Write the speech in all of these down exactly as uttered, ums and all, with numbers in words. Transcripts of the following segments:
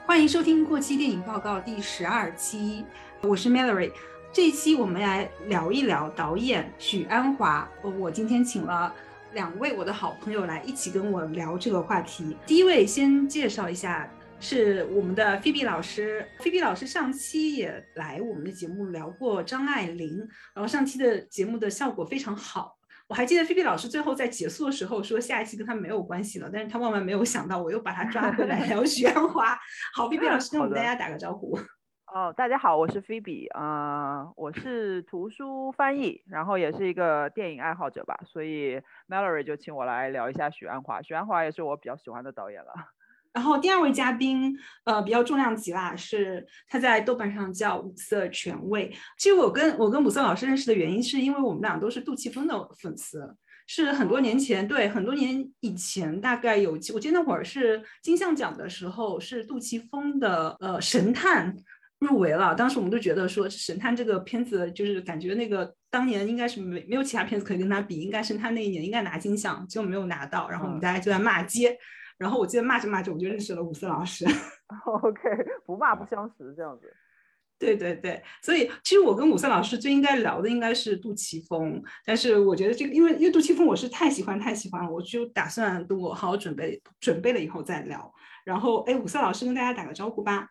欢迎收听过期电影报告第十二期，我是 Mallory。这一期我们来聊一聊导演许鞍华。我今天请了两位我的好朋友来一起跟我聊这个话题。第一位先介绍一下，是我们的菲比老师。菲比老师上期也来我们的节目聊过张爱玲，然后上期的节目的效果非常好。我还记得菲比老师最后在结束的时候说下一期跟他没有关系了，但是他万万没有想到我又把他抓回来聊许鞍华。好，菲比老师跟我们大家打个招呼。 哦，大家好，我是菲比，呃，我是图书翻译，然后也是一个电影爱好者吧，所以 Mallory 就请我来聊一下许鞍华。许鞍华也是我比较喜欢的导演了。 然后第二位嘉宾，呃，比较重量级啦，是他在豆瓣上叫五色权威。其实我跟我跟五色老师认识的原因，是因为我们俩都是杜琪峰的粉丝，是很多年前，对，很多年以前，大概有，我记得那会儿是金像奖的时候，是杜琪峰的呃神探入围了。当时我们都觉得说神探这个片子，就是感觉那个当年应该是没没有其他片子可以跟他比，应该神探那一年应该拿金像，结果没有拿到，然后我们大家就在骂街。然后我记得骂着骂着我就认识了五色老师。 OK， 不骂不相识这样子。 对对对，所以其实我跟五色老师最应该聊的应该是杜琪峰，但是我觉得这个，因为因为杜琪峰我是太喜欢太喜欢了，我就打算等我好好准备准备了以后再聊。然后，哎，五色老师跟大家打个招呼吧。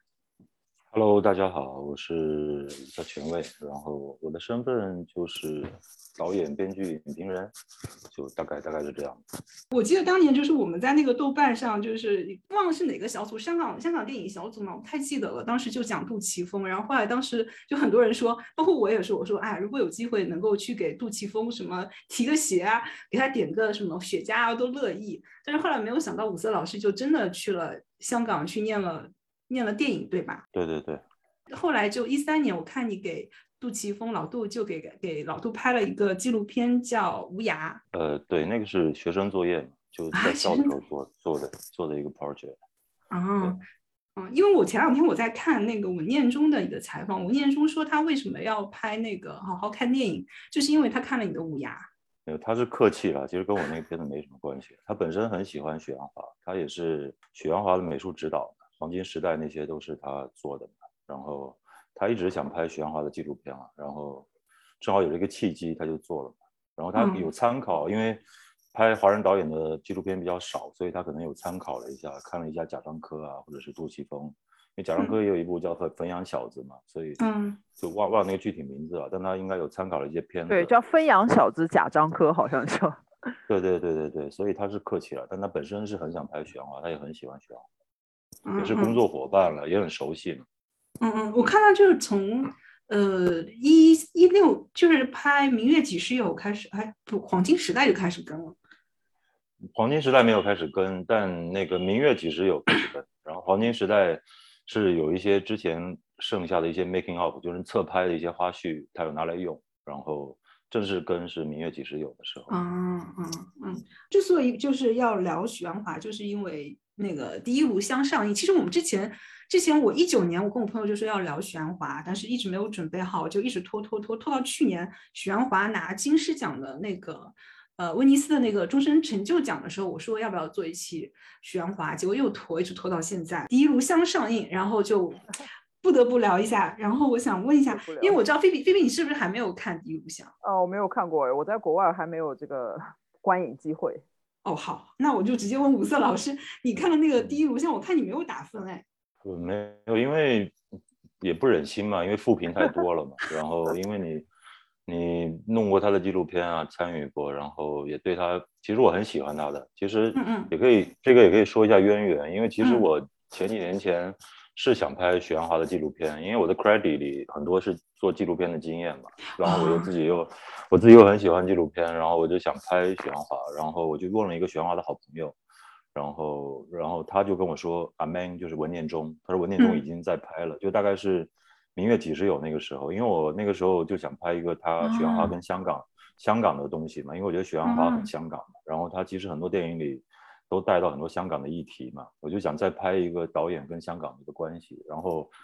Hello， 大家好，我是五色权威，然后我的身份就是导演、编剧、影评人，就大概大概是这样。 我记得当年就是我们在那个豆瓣上，就是忘了是哪个小组，香港香港电影小组嘛，我不太记得了。当时就讲杜琪峰，然后后来当时就很多人说，包括我也说，我说哎，如果有机会能够去给杜琪峰什么提个鞋啊，给他点个什么雪茄啊，都乐意。但是后来没有想到，五色老师就真的去了香港去念了念了电影，对吧？ 对对对。 后来就一三年，我看你给杜琪峰老杜就给给老杜拍了一个纪录片叫《无涯》。 呃，对，那个是学生作业嘛，就在校的时候做、啊、做的做的一个 project。 啊，嗯，因为我前两天我在看那个文念中的一个采访，文念中说他为什么要拍那个好好看电影，就是因为他看了你的《无涯》。 没有，他是客气了，其实跟我那个片子没什么关系。他本身很喜欢许鞍华，他也是许鞍华的美术指导，黄金时代那些都是他做的。然后他一直想拍许鞍华的纪录片了，然后正好有这个契机，他就做了。然后他有参考，嗯、因为拍华人导演的纪录片比较少，所以他可能有参考了一下，看了一下贾樟柯啊，或者是杜琪峰。因为贾樟柯也有一部叫《汾阳小子》嘛，所以就忘忘了那个具体名字了，但他应该有参考了一些片子。 对，叫《汾阳小子》，贾樟柯好像叫。 对对对对对，所以他是客气了，但他本身是很想拍许鞍华，他也很喜欢许鞍华，也是工作伙伴了，也很熟悉嘛。 嗯嗯，我看到就是从呃一一六就是拍《明月几时有》开始，哎不，黄金时代就开始跟了。 黄金时代没有开始跟，但那个明月几时有开始跟。然后黄金时代是有一些之前剩下的一些 making of， 就是侧拍的一些花絮，他有拿来用。然后正式跟是明月几时有的时候。 嗯嗯嗯，之所以就是要聊许鞍华，就是因为那个《第一炉香》上映。其实我们之前之前我一九年我跟我朋友就说要聊许鞍华，但是一直没有准备好，就一直拖拖拖拖到去年许鞍华拿金狮奖的那个呃威尼斯的那个终身成就奖的时候，我说要不要做一期许鞍华，结果又拖，一直拖到现在。《第一炉香》上映，然后就不得不聊一下。然后我想问一下，因为我知道菲比菲比你是不是还没有看《第一炉香》？ 哦，我没有看过，我在国外还没有这个观影机会。 哦，好，那我就直接问五色老师，你看了那个《第一炉香》，我看你没有打分哎。 我没有，因为也不忍心嘛，因为负评太多了嘛。然后因为你你弄过他的纪录片啊，参与过，然后也对他，其实我很喜欢他的。其实也可以， 嗯嗯这个也可以说一下渊源，因为其实我前几年前是想拍许鞍华的纪录片，因为我的 credit 里很多是做纪录片的经验嘛，然后我又自己又、哦、我自己又很喜欢纪录片，然后我就想拍许鞍华，然后我就问了一个许鞍华的好朋友。然后，然后他就跟我说，阿 Man 就是文念中，他说文念中已经在拍了，嗯、就大概是明月几时有那个时候，因为我那个时候就想拍一个他许鞍华跟香港、哦、香港的东西嘛，因为我觉得许鞍华很香港嘛，嗯、然后他其实很多电影里都带到很多香港的议题嘛，我就想再拍一个导演跟香港的一个关系，然后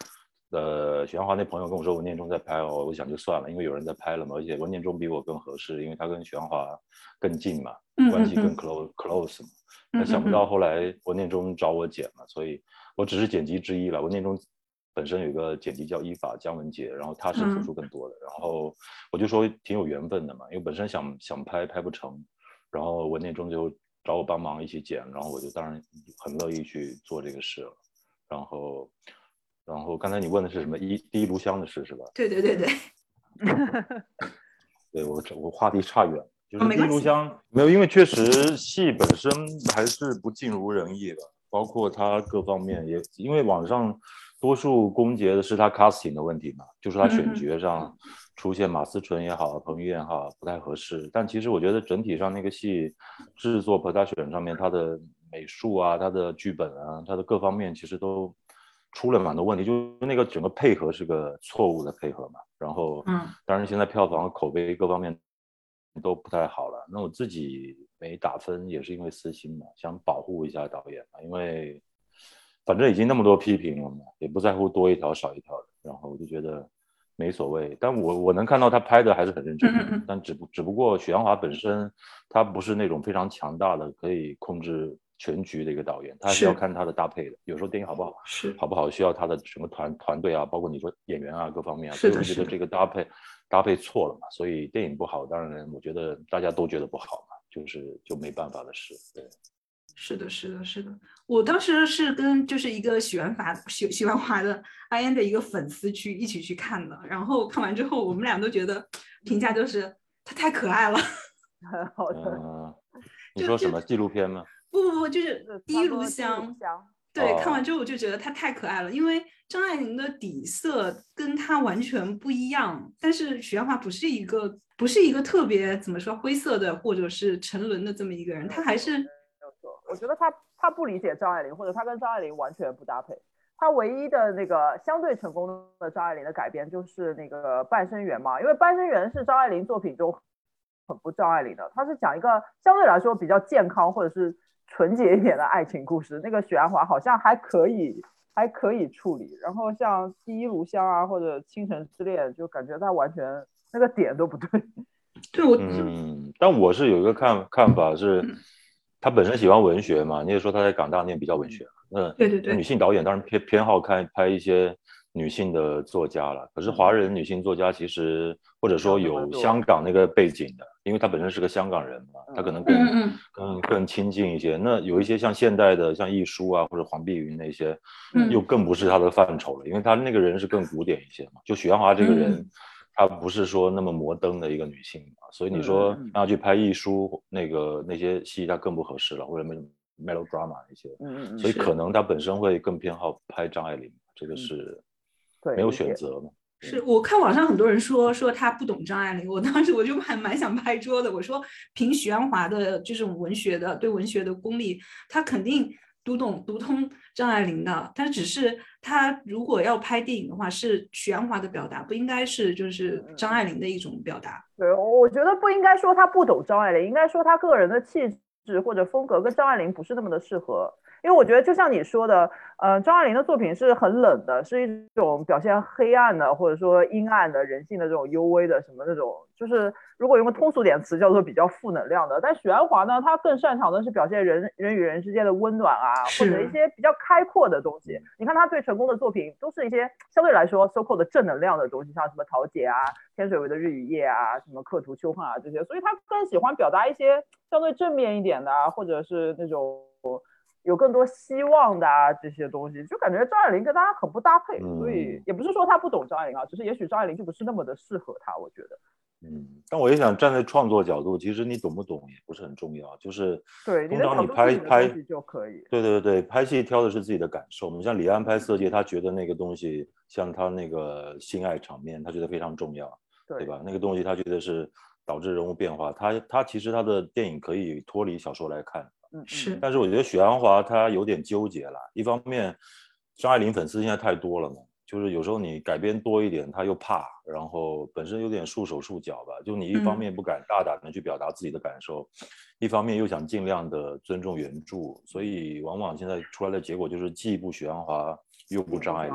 呃，许鞍华那朋友跟我说文念中在拍哦，我想就算了，因为有人在拍了嘛，而且文念中比我更合适，因为他跟许鞍华更近嘛，关系更 close close 嘛。那想不到后来文念中找我剪嘛，所以我只是剪辑之一了。文念中本身有一个剪辑叫依法姜文杰，然后他是付出更多的，然后我就说挺有缘分的嘛，因为本身想想拍拍不成，然后文念中就找我帮忙一起剪，然后我就当然很乐意去做这个事了，然后。然后刚才你问的是什么一第一炉香的事是吧？ 对对对对， 对我我话题差远了，就是第一哦炉香没有，因为确实戏本身还是不尽如人意的，包括它各方面也因为网上多数攻讦的是他 casting 的问题嘛，就是他选角上出现马思纯也好，彭于晏也好不太合适，但其实我觉得整体上那个戏制作 production 上面它的美术啊，它的剧本啊，它的各方面其实都。出了蛮多问题，就那个整个配合是个错误的配合嘛，然后，嗯，当然现在票房、口碑各方面都不太好了。那我自己没打分，也是因为私心嘛，想保护一下导演嘛，因为反正已经那么多批评了嘛，也不在乎多一条少一条的，然后我就觉得没所谓。但我我能看到他拍的还是很认真的，但只不只不过许鞍华本身他不是那种非常强大的可以控制。全局的一个导演，他还是要看他的搭配的。有时候电影好不好， 是好不好，需要他的什么团团队啊，包括你说演员啊，各方面啊。所以我觉得这个搭配搭配错了嘛，所以电影不好，当然我觉得大家都觉得不好嘛，就是就没办法的事。对， 是的，是的，是的。我当时是跟就是一个许鞍华许许鞍华的 I N 的一个粉丝去一起去看的，然后看完之后，我们俩都觉得评价就是他太可爱了。 好的。 嗯，你说什么纪录片吗？ 不不不，就是第一炉香。对， 哦、 看完之后我就觉得她太可爱了，因为张爱玲的底色跟她完全不一样，但是许鞍华不是一个不是一个特别怎么说灰色的或者是沉沦的这么一个人，她还是没有错。我觉得她她不理解张爱玲，或者她跟张爱玲完全不搭配。她唯一的那个相对成功的张爱玲的改编就是那个《半生缘》嘛，因为《半生缘》是张爱玲作品中很不张爱玲的，她是讲一个相对来说比较健康或者是纯洁一点的爱情故事，那个许鞍华好像还可以还可以处理，然后像第一炉香啊或者倾城之恋，就感觉他完全那个点都不对。 对，我嗯，但我是有一个看看法是，他本身喜欢文学嘛，你也说他在港大念比较文学，那对对对， 女性导演当然偏偏好看拍一些女性的作家了，可是华人女性作家其实或者说有香港那个背景的，因为他本身是个香港人嘛，他可能更嗯嗯更更亲近一些。那有一些像现代的，像亦舒啊或者黄碧云那些， 嗯又更不是他的范畴了，因为他那个人是更古典一些嘛。就许鞍华这个人， 嗯她不是说那么摩登的一个女性嘛，所以你说让她去拍亦舒那个那些戏，她更不合适了，或者 melodrama 那些， 嗯嗯， 所以可能她本身会更偏好拍张爱玲，这个是没有选择嘛。 是我看网上很多人说说他不懂张爱玲，我当时我就还蛮想拍桌的。我说凭许鞍华的这种文学的对文学的功力，他肯定读懂读通张爱玲的。但只是他如果要拍电影的话，是许鞍华的表达，不应该是就是张爱玲的一种表达。 对，我觉得不应该说他不懂张爱玲，应该说他个人的气质或者风格跟张爱玲不是那么的适合。因为我觉得就像你说的，呃，张爱玲的作品是很冷的，是一种表现黑暗的或者说阴暗的人性的这种幽微的什么那种，就是如果用个通俗点词叫做比较负能量的。但许鞍华呢，他更擅长的是表现人人与人之间的温暖啊，或者一些比较开阔的东西。你看他最成功的作品都是一些相对来说 so called 的正能量的东西，像什么桃姐啊、天水围的日与夜啊、什么刻图秋恨啊这些，所以他更喜欢表达一些相对正面一点的啊，或者是那种有更多希望的啊，这些东西就感觉张爱玲跟他很不搭配， 嗯、 所以也不是说他不懂张爱玲啊，只是也许张爱玲就不是那么的适合他，我觉得。 嗯，但我也想站在创作角度，其实你懂不懂也不是很重要，就是对， 通常你拍拍就可以。 对对对，拍戏挑的是自己的感受。我们像李安拍《色戒》，他觉得那个东西，像他那个性爱场面，他觉得非常重要， 对, 对吧？那个东西他觉得是导致人物变化。他他其实他的电影可以脱离小说来看。 是， 但是我觉得许鞍华他有点纠结了，一方面张爱玲粉丝现在太多了嘛，就是有时候你改编多一点他又怕，然后本身有点束手束脚吧，就你一方面不敢大胆的去表达自己的感受、嗯、一方面又想尽量的尊重原著，所以往往现在出来的结果就是既不许鞍华又不张爱玲，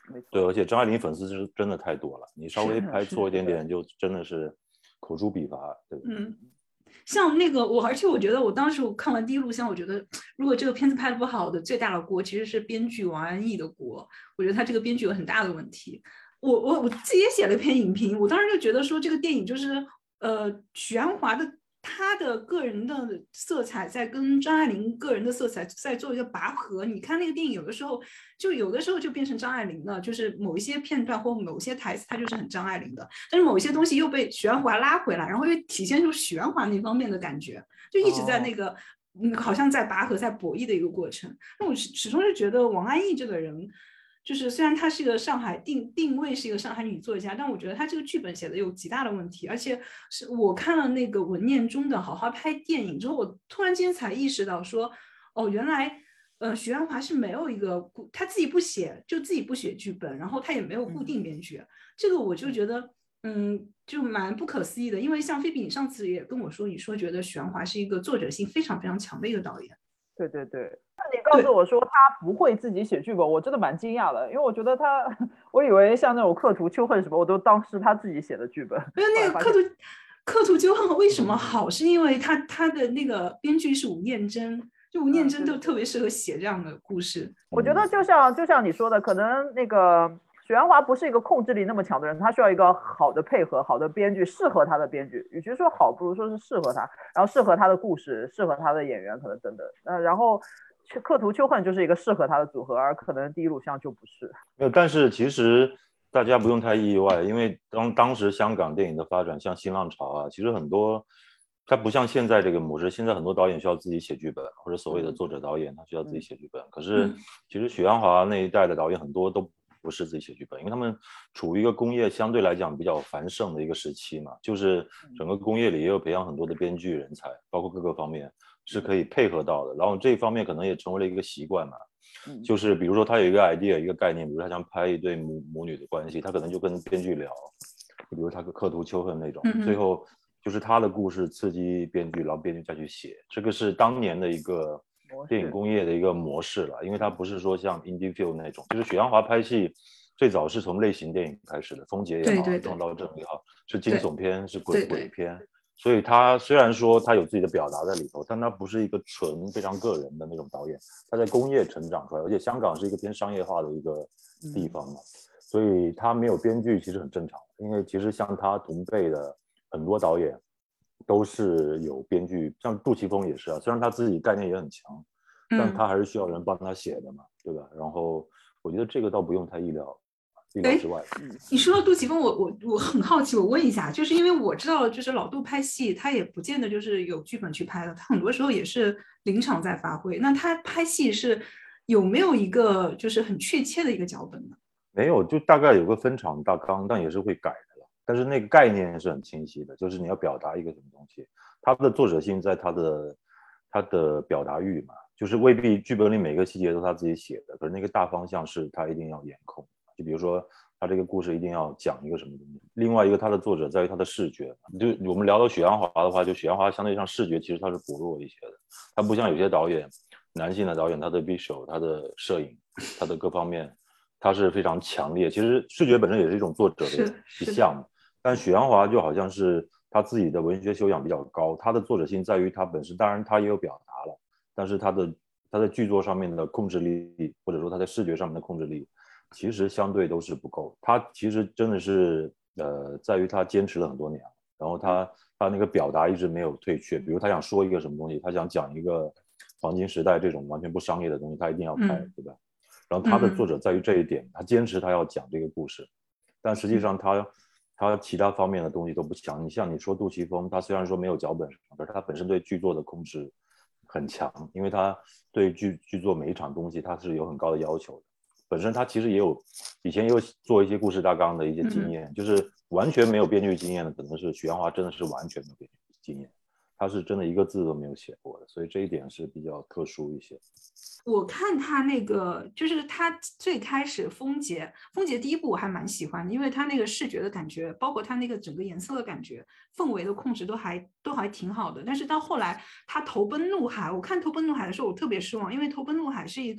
对，而且张爱玲粉丝是真的太多了，你稍微拍错一点点就真的是口诛笔伐，对不对？ 嗯，像那个我，而且我觉得我当时我看完《第一录像》，我觉得如果这个片子拍的不好的最大的锅其实是编剧王安忆的锅，我觉得他这个编剧有很大的问题。我我我自己也写了一篇影评，我当时就觉得说这个电影就是呃许鞍华的他的个人的色彩在跟张爱玲个人的色彩在做一个拔河。你看那个电影有的时候就有的时候就变成张爱玲了，就是某一些片段或某些台词它就是很张爱玲的，但是某一些东西又被许鞍华拉回来，然后又体现出许鞍华那方面的感觉，就一直在那个、哦、嗯，好像在拔河在博弈的一个过程。那我始终是觉得王安忆这个人，就是虽然她是一个上海定定位是一个上海女作家，但我觉得她这个剧本写的有极大的问题。而且是我看了那个文念中的好好拍电影之后，我突然间才意识到说，哦，原来呃许鞍华是没有一个他自己不写就自己不写剧本，然后他也没有固定编剧、嗯、这个我就觉得嗯就蛮不可思议的。因为像菲比你上次也跟我说，你说觉得许鞍华是一个作者性非常非常强的一个导演。 对对对，那你告诉我说他不会自己写剧本，我真的蛮惊讶的，因为我觉得他，我以为像那种刻图秋恨什么，我都当是他自己写的剧本。 因为那个刻图刻图秋恨为什么好，是因为他他的那个编剧是吴念真，就吴念真都特别适合写这样的故事。嗯、 我觉得就像就像你说的，可能那个许鞍华不是一个控制力那么强的人，他需要一个好的配合，好的编剧，适合他的编剧。与其说好，不如说是适合他，然后适合他的故事，适合他的演员，可能等等。呃，然后刻图秋恨就是一个适合他的组合，而可能第一录像就不是。 没有，但是其实大家不用太意外，因为当当时香港电影的发展，像新浪潮啊，其实很多它不像现在这个模式，现在很多导演需要自己写剧本，或者所谓的作者导演他需要自己写剧本。嗯、可是其实许鞍华那一代的导演很多都不是自己写剧本，因为他们处于一个工业相对来讲比较繁盛的一个时期嘛，就是整个工业里也有培养很多的编剧人才，包括各个方面是可以配合到的。然后这一方面可能也成为了一个习惯嘛，就是比如说他有一个 idea 一个概念，比如他想拍一对母母女的关系，他可能就跟编剧聊，比如他刻图秋恨那种，最后就是他的故事刺激编剧，然后编剧再去写，这个是当年的一个电影工业的一个模式了。因为它不是说像 indie film 那种，就是许鞍华拍戏最早是从类型电影开始的，风杰也好，撞到正也好，是惊悚片，是鬼鬼片。所以他虽然说他有自己的表达在里头，但他不是一个纯非常个人的那种导演，他在工业成长出来，而且香港是一个偏商业化的一个地方嘛，嗯、所以他没有编剧其实很正常，因为其实像他同辈的很多导演都是有编剧，像杜琪峰也是啊，虽然他自己概念也很强，但他还是需要人帮他写的嘛，对吧？然后我觉得这个倒不用太意料。意料之外。 你说到杜琪峰，我我我很好奇，我问一下，就是因为我知道，就是老杜拍戏，他也不见得就是有剧本去拍的，他很多时候也是临场在发挥。那他拍戏是有没有一个就是很确切的一个脚本呢？ 没有，就大概有个分场大纲，但也是会改的了。但是那个概念是很清晰的，就是你要表达一个什么东西，他的作者性在他的他的表达欲嘛，就是未必剧本里每个细节都他自己写的，可是那个大方向是他一定要严控。就比如说他这个故事一定要讲一个什么东西，另外一个他的作者在于他的视觉，就我们聊到许鞍华的话，就许鞍华相对上视觉其实他是薄弱一些的，他不像有些导演，男性的导演他的 visual 他的摄影他的各方面他是非常强烈，其实视觉本身也是一种作者的一项，但许鞍华就好像是他自己的文学修养比较高，他的作者性在于他本身，当然他也有表达了，但是他的他在剧作上面的控制力，或者说他在视觉上面的控制力其实相对都是不够，他其实真的是呃，在于他坚持了很多年，然后他他那个表达一直没有退却，比如他想说一个什么东西，他想讲一个黄金时代这种完全不商业的东西，他一定要拍，嗯、对吧？然后他的作者在于这一点，嗯、他坚持他要讲这个故事，但实际上他他其他方面的东西都不强。你像你说杜琪峰，他虽然说没有脚本，可是他本身对剧作的控制很强，因为他对剧剧作每一场东西他是有很高的要求的。本身他其实也有以前也有做一些故事大纲的一些经验，嗯、就是完全没有编剧经验的，可能是许鞍华真的是完全没有编剧经验，他是真的一个字都没有写过的，所以这一点是比较特殊一些。 我看他那个就是他最开始风杰风杰第一部我还蛮喜欢的，因为他那个视觉的感觉，包括他那个整个颜色的感觉，氛围的控制都还都还挺好的。但是到后来他投奔怒海，我看投奔怒海的时候我特别失望，因为投奔怒海是一个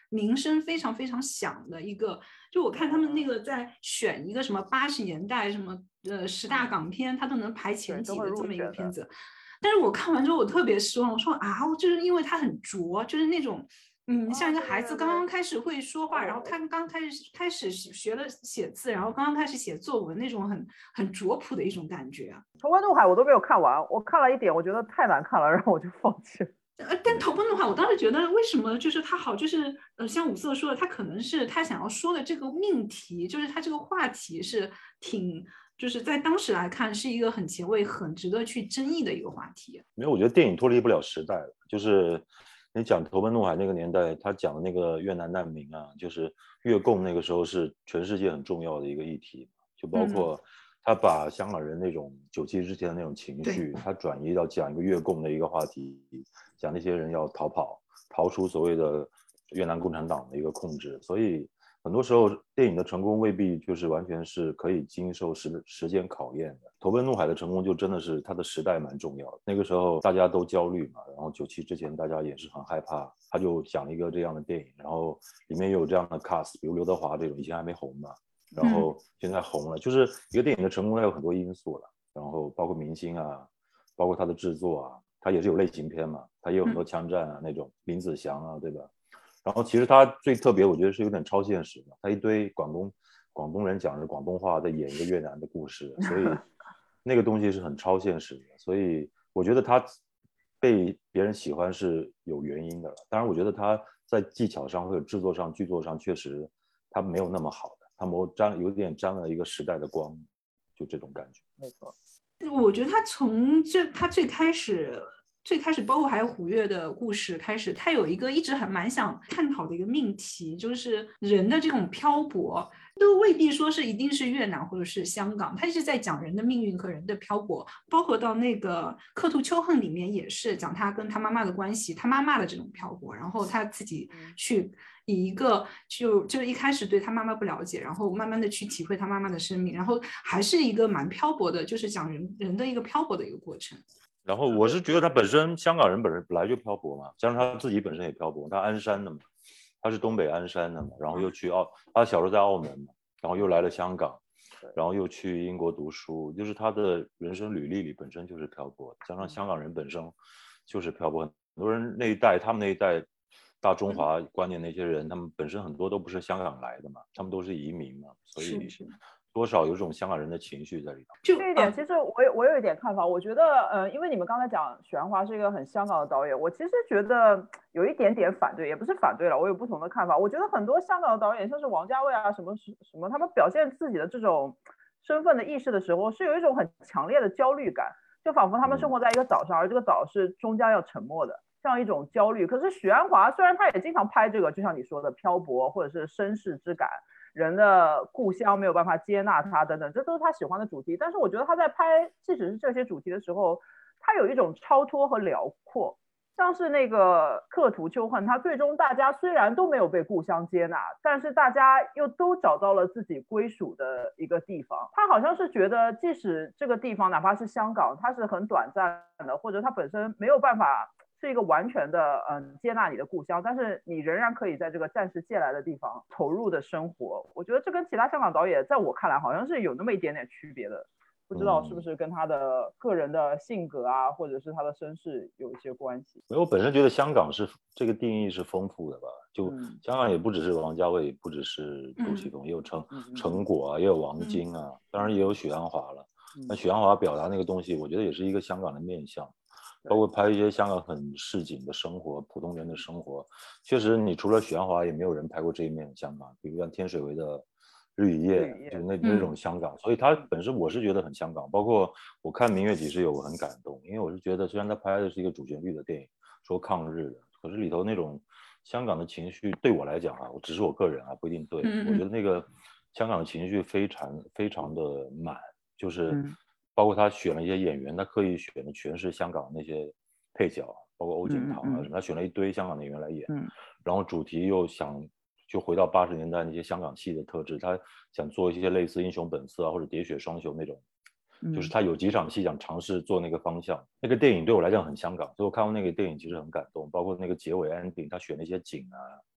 名声非常非常响的一个，就我看他们那个在选一个什么八十年代什么呃十大港片，他都能排前几的这么一个片子。但是我看完之后我特别失望，我说啊，就是因为它很拙，就是那种嗯，像一个孩子刚刚开始会说话，然后他刚开始开始学了写字，然后刚刚开始写作文那种很很拙朴的一种感觉啊。 头文怒海我都没有看完，我看了一点，我觉得太难看了，然后我就放弃了。 呃，但头文怒海我当时觉得为什么就是他好，就是呃，像五色说的，他可能是他想要说的这个命题，就是他这个话题是挺，就是在当时来看是一个很前卫、很值得去争议的一个话题。 没有，我觉得电影脱离不了时代了，就是你讲头文怒海那个年代，他讲的那个越南难民啊，就是越共那个时候是全世界很重要的一个议题，就包括他把香港人那种九七之前的那种情绪，他转移到讲一个越共的一个话题，讲那些人要逃跑，逃出所谓的越南共产党的一个控制，所以很多时候电影的成功未必就是完全是可以经受时时间考验的。头文怒海的成功就真的是它的时代蛮重要的，那个时候大家都焦虑嘛，然后九七之前大家也是很害怕，他就讲了一个这样的电影，然后里面有这样的 cast， 比如刘德华这种以前还没红嘛，然后现在红了，嗯、就是一个电影的成功它有很多因素了，然后包括明星啊，包括它的制作啊，它也是有类型片嘛，它也有很多枪战啊、嗯、那种林子祥啊，对吧？然后其实它最特别，我觉得是有点超现实的，它一堆广东广东人讲着广东话在演一个越南的故事，所以那个东西是很超现实的，所以我觉得它被别人喜欢是有原因的了。当然，我觉得它在技巧上或者制作上、剧作上确实它没有那么好的，它没有沾有点沾了一个时代的光，就这种感觉。 没错， 我觉得它从这它最开始。最开始包括还有虎跃的故事开始，它有一个一直很蛮想探讨的一个命题，就是人的这种漂泊，都未必说是一定是越南或者是香港，它一直在讲人的命运和人的漂泊，包括到那个刻图秋恨里面也是讲他跟他妈妈的关系，他妈妈的这种漂泊，然后他自己去以一个就就一开始对他妈妈不了解，然后慢慢的去体会他妈妈的生命，然后还是一个蛮漂泊的，就是讲人人的一个漂泊的一个过程。 然后我是觉得他本身香港人本身本来就漂泊嘛，加上他自己本身也漂泊，他鞍山的嘛，他是东北鞍山的嘛，然后又去澳，他小时候在澳门嘛，然后又来了香港，然后又去英国读书，就是他的人生履历里本身就是漂泊，加上香港人本身就是漂泊，很多人那一代他们那一代大中华观念那些人，他们本身很多都不是香港来的嘛，他们都是移民嘛，所以多少有这种香港人的情绪在里头。 就这一点，其实我有我有一点看法，我觉得，呃，因为你们刚才讲许鞍华是一个很香港的导演，我其实觉得有一点点反对，也不是反对了，我有不同的看法。我觉得很多香港的导演，像是王家卫啊，什么什么，他们表现自己的这种身份的意识的时候，是有一种很强烈的焦虑感，就仿佛他们生活在一个岛上，而这个岛是终将要沉没的。这样一种焦虑。可是许鞍华虽然他也经常拍这个，就像你说的漂泊或者是身世之感，人的故乡没有办法接纳他等等，这都是他喜欢的主题。但是我觉得他在拍即使是这些主题的时候，他有一种超脱和辽阔。像是那个刻图秋恨，他最终大家虽然都没有被故乡接纳，但是大家又都找到了自己归属的一个地方。他好像是觉得即使这个地方哪怕是香港，它是很短暂的，或者它本身没有办法是一个完全的嗯接纳你的故乡，但是你仍然可以在这个暂时借来的地方投入的生活。我觉得这跟其他香港导演在我看来好像是有那么一点点区别的，不知道是不是跟他的个人的性格啊，或者是他的身世有一些关系。 我本身觉得香港是这个定义是丰富的吧，就香港也不只是王家卫，不只是杜琪峰，也有成成果啊，也有王晶啊，当然也有许鞍华了。那许鞍华表达那个东西，我觉得也是一个香港的面向，包括拍一些香港很市井的生活，普通人的生活。确实，你除了许鞍华，也没有人拍过这一面的香港，比如像天水围的日与夜，就是那那种香港，所以它本身我是觉得很香港。包括我看《明月几时有》，我很感动，因为我是觉得虽然他拍的是一个主旋律的电影，说抗日的，可是里头那种香港的情绪，对我来讲啊，只是我个人啊，不一定对。我觉得那个香港的情绪非常非常的满，就是包括他选了一些演员，他刻意选的全是香港那些配角，包括欧景棠啊什么，他选了一堆香港的演员来演，然后主题又想。就回到八十年代那些香港戏的特质，他想做一些类似英雄本色啊或者喋血双雄那种，就是他有几场戏想尝试做那个方向。那个电影对我来讲很香港，所以我看过那个电影其实很感动，包括那个结尾 ending， 他选那些景啊，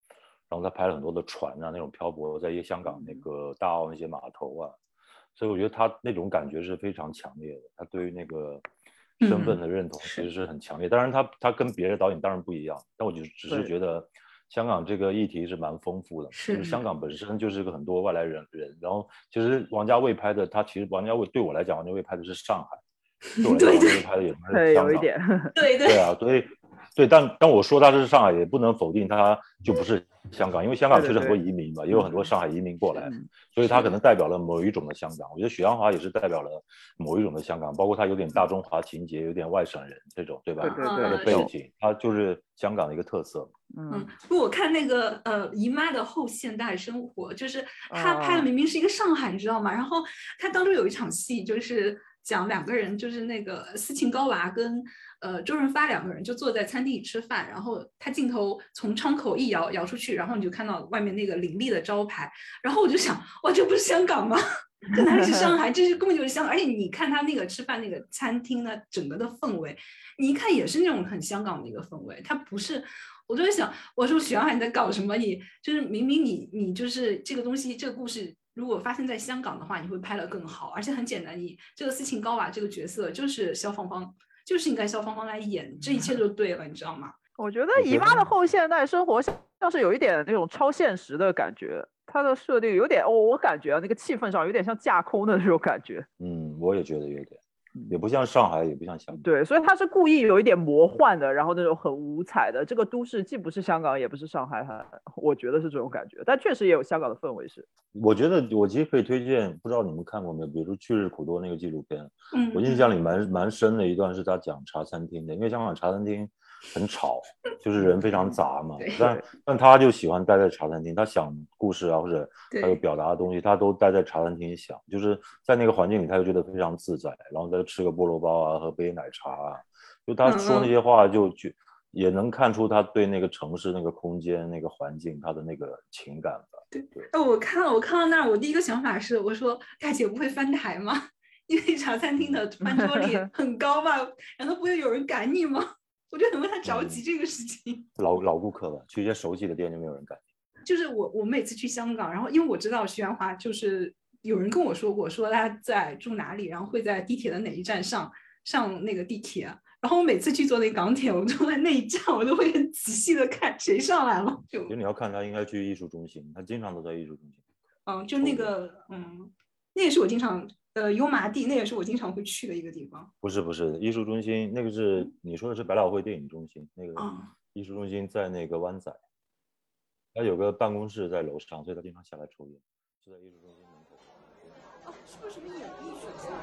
然后他拍了很多的船啊，那种漂泊在一些香港那个大澳那些码头啊，所以我觉得他那种感觉是非常强烈的，他对于那个身份的认同其实是很强烈。嗯、当然他他跟别的导演当然不一样，但我就只是觉得香港这个议题是蛮丰富的， 是就是香港本身就是个很多外来人人，然后其实王家卫拍的，他其实王家卫对我来讲，王家卫拍的是上海。对， 对对，拍的也不是香港， 有一点， 对对对啊，所以对，但但我说他是上海，也不能否定他就不是香港，因为香港确实很多移民嘛，也有很多上海移民过来， 嗯、 所以他可能代表了某一种的香港。我觉得许鞍华也是代表了某一种的香港，包括他有点大中华情节，有点外省人这种，对吧？ 对对对， 他的背景，他就是香港的一个特色。 嗯，不，我看那个呃姨妈的后现代生活，就是他拍的明明是一个上海，你知道吗？然后他当中有一场戏就是讲两个人，就是那个斯琴高娃跟呃周润发两个人就坐在餐厅里吃饭，然后他镜头从窗口一摇摇出去，然后你就看到外面那个林立的招牌，然后我就想，哇，这不是香港吗？这哪里是上海？这是根本就是香港。而且你看他那个吃饭那个餐厅呢，整个的氛围，你一看也是那种很香港的一个氛围，它不是。我就在想，我说许鞍华你在搞什么？你就是明明你你就是这个东西，这个故事如果发生在香港的话，你会拍得更好。而且很简单，你这个斯琴高娃这个角色就是萧芳芳，就是应该萧芳芳来演，这一切就对了，你知道吗？ 我觉得姨妈的后现代生活像是有一点那种超现实的感觉，它的设定有点，我我感觉啊，那个气氛上有点像架空的那种感觉。 嗯，我也觉得有点。也不像上海，也不像香港。 对，所以它是故意有一点魔幻的，然后那种很五彩的。这个都市既不是香港，也不是上海，我觉得是这种感觉。但确实也有香港的氛围是。 我觉得我其实可以推荐，不知道你们看过没有？比如说《去日苦多》那个纪录片， 嗯， 我印象里蛮蛮深的一段是他讲茶餐厅的，因为香港茶餐厅很吵，就是人非常杂嘛。但但他就喜欢待在茶餐厅，他想故事啊，或者他有表达的东西，他都待在茶餐厅想，就是在那个环境里，他就觉得非常自在，然后再吃个菠萝包啊，喝杯奶茶啊，就他说那些话就就。嗯也能看出他对那个城市、那个空间、那个环境他的那个情感吧。 对，哎，我看了，我看到那儿，我第一个想法是，我说大姐不会翻台吗？因为茶餐厅的饭桌里很高吧，然后不会有人赶你吗？我就很为他着急这个事情。 嗯、老老顾客吧，去一些熟悉的店就没有人赶你。 就是我，我每次去香港，然后因为我知道许鞍华，就是有人跟我说过，说他在住哪里，然后会在地铁的哪一站上上那个地铁。然后我每次去坐那个港铁，我就在那一站，我都会很仔细的看谁上来了。 其实你要看他，应该去艺术中心，他经常都在艺术中心。 嗯，就那个，嗯，那也是我经常，呃，油麻地，那也是我经常会去的一个地方。 不是不是，艺术中心那个是、嗯、你说的是百老汇电影中心，那个艺术中心在那个湾仔，他有个办公室在楼上，所以他经常下来抽烟，就在艺术中心门口。 哦，是不是什么演艺学校？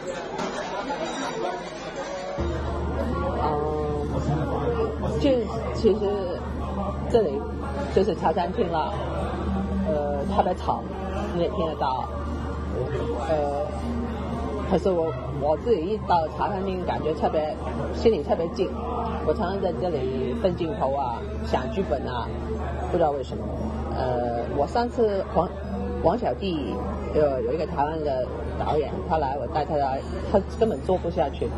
嗯，就其实这里就是茶餐厅了，呃，特别吵，你也听得到，呃，可是我我自己一到茶餐厅，感觉特别心里特别静。我常常在这里分镜头啊，想剧本啊，不知道为什么。呃，我上次黄黄小弟有有一个台湾的导演，他来我带他来，他根本做不下去。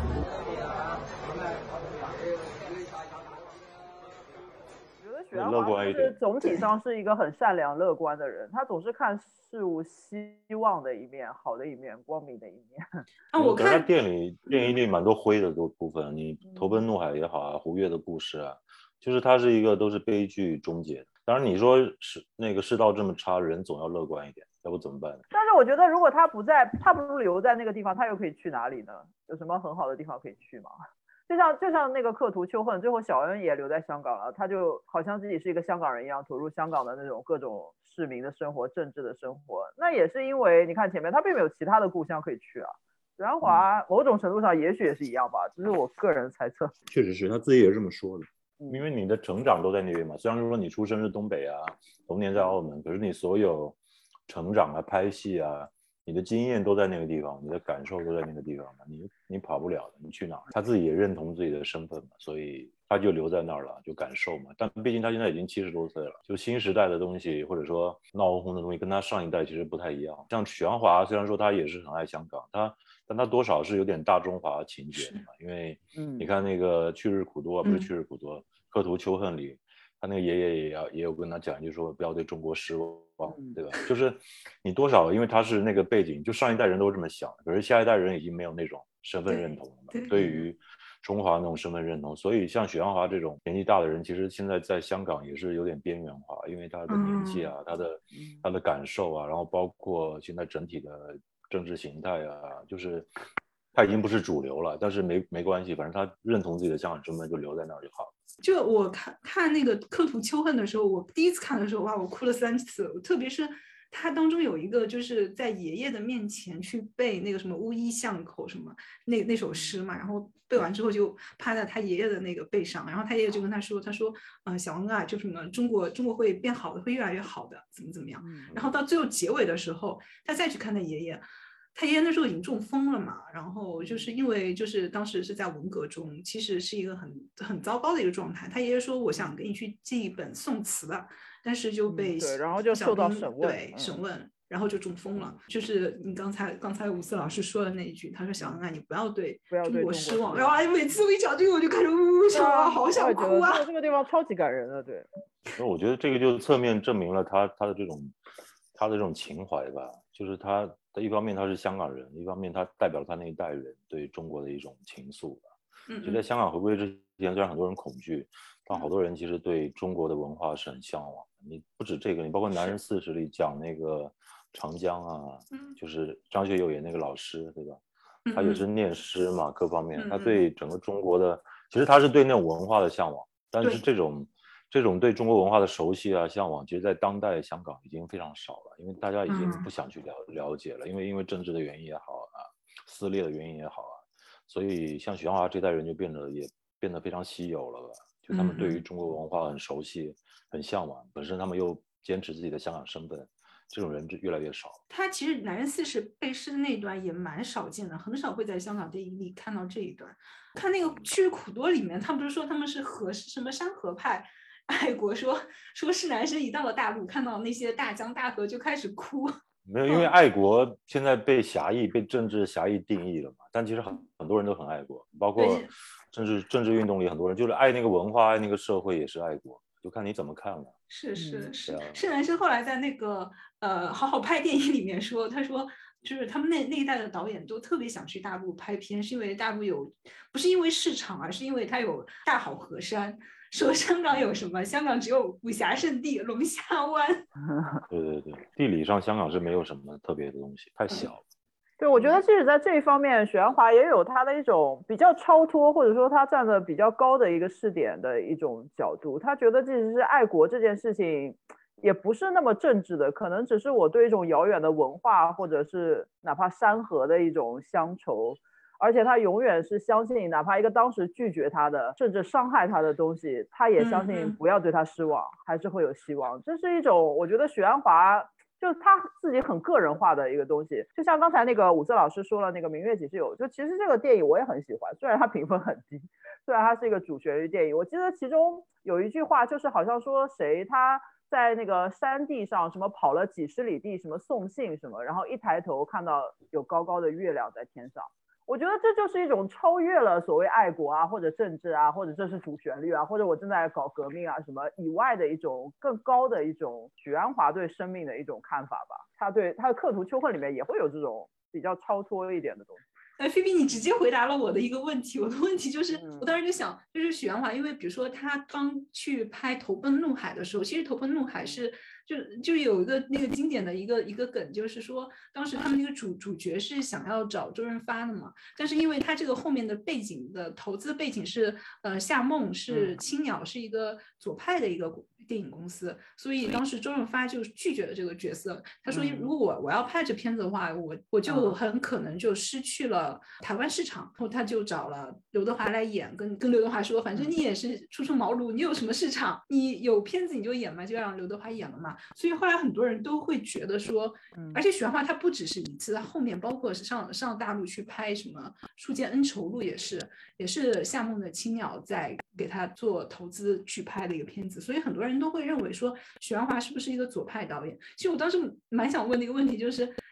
许鞍华就是总体上是一个很善良乐观的人，他总是看事物希望的一面，好的一面，光明的一面。 啊，我看店里电影里蛮多灰的部分，你投奔怒海也好啊，胡月的故事啊，就是它是一个都是悲剧终结的。当然你说是那个世道这么差，人总要乐观一点，要不怎么办呢？ 但是我觉得如果他不在，他不如留在那个地方，他又可以去哪里呢？有什么很好的地方可以去吗？就像就像那个刻图秋恨，最后小恩也留在香港了，他就好像自己是一个香港人一样，投入香港的那种各种市民的生活、政治的生活。那也是因为你看前面他并没有其他的故乡可以去啊。许鞍华某种程度上也许也是一样吧，这是我个人猜测。 确实是他自己也是这么说的，因为你的成长都在那边嘛。虽然说你出生是东北啊，童年在澳门，可是你所有成长啊、拍戏啊。你的经验都在那个地方，你的感受都在那个地方嘛，你你跑不了的，你去哪儿？他自己也认同自己的身份嘛，所以他就留在那儿了，就感受嘛。但毕竟他现在已经七十多岁了，就新时代的东西或者说闹哄哄的东西，跟他上一代其实不太一样。像许鞍华，虽然说他也是很爱香港，他但他多少是有点大中华情节的嘛，因为你看那个《去日苦多》不是《去日苦多》，《刻图秋恨》里。 他那个爷爷也要也有跟他讲，就是说不要对中国失望， 嗯对吧？就是你多少，因为他是那个背景，就上一代人都这么想，可是下一代人已经没有那种身份认同了嘛。 对对对于中华那种身份认同，所以像许鞍华这种年纪大的人，其实现在在香港也是有点边缘化，因为他的年纪啊， 嗯、 他的他的感受啊，然后包括现在整体的政治形态啊，就是他已经不是主流了，但是没没关系，反正他认同自己的香港身份就留在那儿就好了。 就我看看那个《刻图秋恨》的时候，我第一次看的时候，哇，我哭了三次，特别是。他当中有一个就是在爷爷的面前去背那个什么乌衣巷口什么那那首诗嘛，然后背完之后就趴在他爷爷的那个背上，然后他爷爷就跟他说，他说，呃，小恩啊，就什么中国中国会变好的，会越来越好的，怎么怎么样。然后到最后结尾的时候，他再去看他爷爷。他爷爷那时候已经中风了嘛，然后就是因为就是当时是在文革中，其实是一个很很糟糕的一个状态。他爷爷说，我想给你去寄一本宋词的，但是就被、 嗯、对，然后就受到审问， 对、嗯、审问，然后就中风了。就是你刚才刚才吴思老师说的那一句，他说小恩啊，你不要对中国失望。然后哎，每次我一讲这个，我就开始呜呜哇，好想哭啊！ 这个地方超级感人的，对。 那我觉得这个就侧面证明了他他的这种他的这种情怀吧，就是他。一方面他是香港人，一方面他代表他那一代人对中国的一种情愫吧。 嗯， 就在香港回归之前，虽然很多人恐惧，但好多人其实对中国的文化是很向往的。你不止这个，你包括《男人四十》里讲那个长江啊，就是张学友演那个老师，对吧？他也是念诗嘛，各方面，他对整个中国的，其实他是对那种文化的向往，但是这种。这种对中国文化的熟悉啊、向往，其实在当代香港已经非常少了，因为大家已经不想去了了解了，因为因为政治的原因也好啊，撕裂的原因也好啊，所以像许鞍华这代人就变得也变得非常稀有了吧？就他们对于中国文化很熟悉、很向往，本身他们又坚持自己的香港身份，这种人就越来越少。 他其实男人四十背诗的那一段也蛮少见的，很少会在香港电影里看到这一段。看那个《去日苦多》里面，他们不是说他们是和什么山河派？爱国说说是男生一到了大陆，看到那些大江大河就开始哭。 没有，因为爱国现在被狭义、被政治狭义定义了嘛。但其实很很多人都很爱国，包括政治政治运动里很多人就是爱那个文化、爱那个社会，也是爱国，就看你怎么看了。 是是是， 嗯、 是男生后来在那个呃好好拍电影里面说，他说就是他们那那一代的导演都特别想去大陆拍片，是因为大陆有不是因为市场，而是因为它有大好河山。说香港有什么？香港只有武侠圣地龙虾湾。 对对对，地理上香港是没有什么特别的东西，太小了。 对，我觉得即使在这一方面，许鞍华也有他的一种比较超脱，或者说他站得比较高的一个视点的一种角度。他觉得即使是爱国这件事情，也不是那么政治的，可能只是我对一种遥远的文化，或者是哪怕山河的一种乡愁。而且他永远是相信，哪怕一个当时拒绝他的，甚至伤害他的东西，他也相信不要对他失望，嗯、还是会有希望。这是一种，我觉得许鞍华就是他自己很个人化的一个东西。就像刚才那个武则老师说了，那个《明月几时有》，就其实这个电影我也很喜欢，虽然它评分很低，虽然它是一个主旋律电影。我记得其中有一句话，就是好像说谁他在那个山地上什么跑了几十里地，什么送信什么，然后一抬头看到有高高的月亮在天上。我觉得这就是一种超越了所谓爱国啊，或者政治啊，或者这是主旋律啊，或者我正在搞革命啊什么以外的一种更高的一种许鞍华对生命的一种看法吧。他对他的《刻图秋恨》里面也会有这种比较超脱一点的东西。 哎，菲比，你直接回答了我的一个问题。我的问题就是，嗯、我当时就想，就是许鞍华，因为比如说他刚去拍《投奔怒海》的时候，其实《投奔怒海》是。就就有一个那个经典的一个一个梗，就是说当时他们那个主主角是想要找周润发的嘛，但是因为他这个后面的背景的投资背景是呃夏梦是青鸟是一个左派的一个电影公司，所以当时周润发就拒绝了这个角色。他说如果我我要拍这片子的话，我我就很可能就失去了台湾市场。然后他就找了刘德华来演，跟跟刘德华说，反正你也是初出茅庐，你有什么市场？你有片子你就演嘛，就让刘德华演了嘛。所以后来很多人都会觉得说，而且许鞍华他不只是一次，他后面包括上上大陆去拍什么《书剑恩仇录》也是，也是夏梦的青鸟在给他做投资去拍的一个片子。所以很多人都会认为说，许鞍华是不是一个左派导演？其实我当时蛮想问的一个问题就是，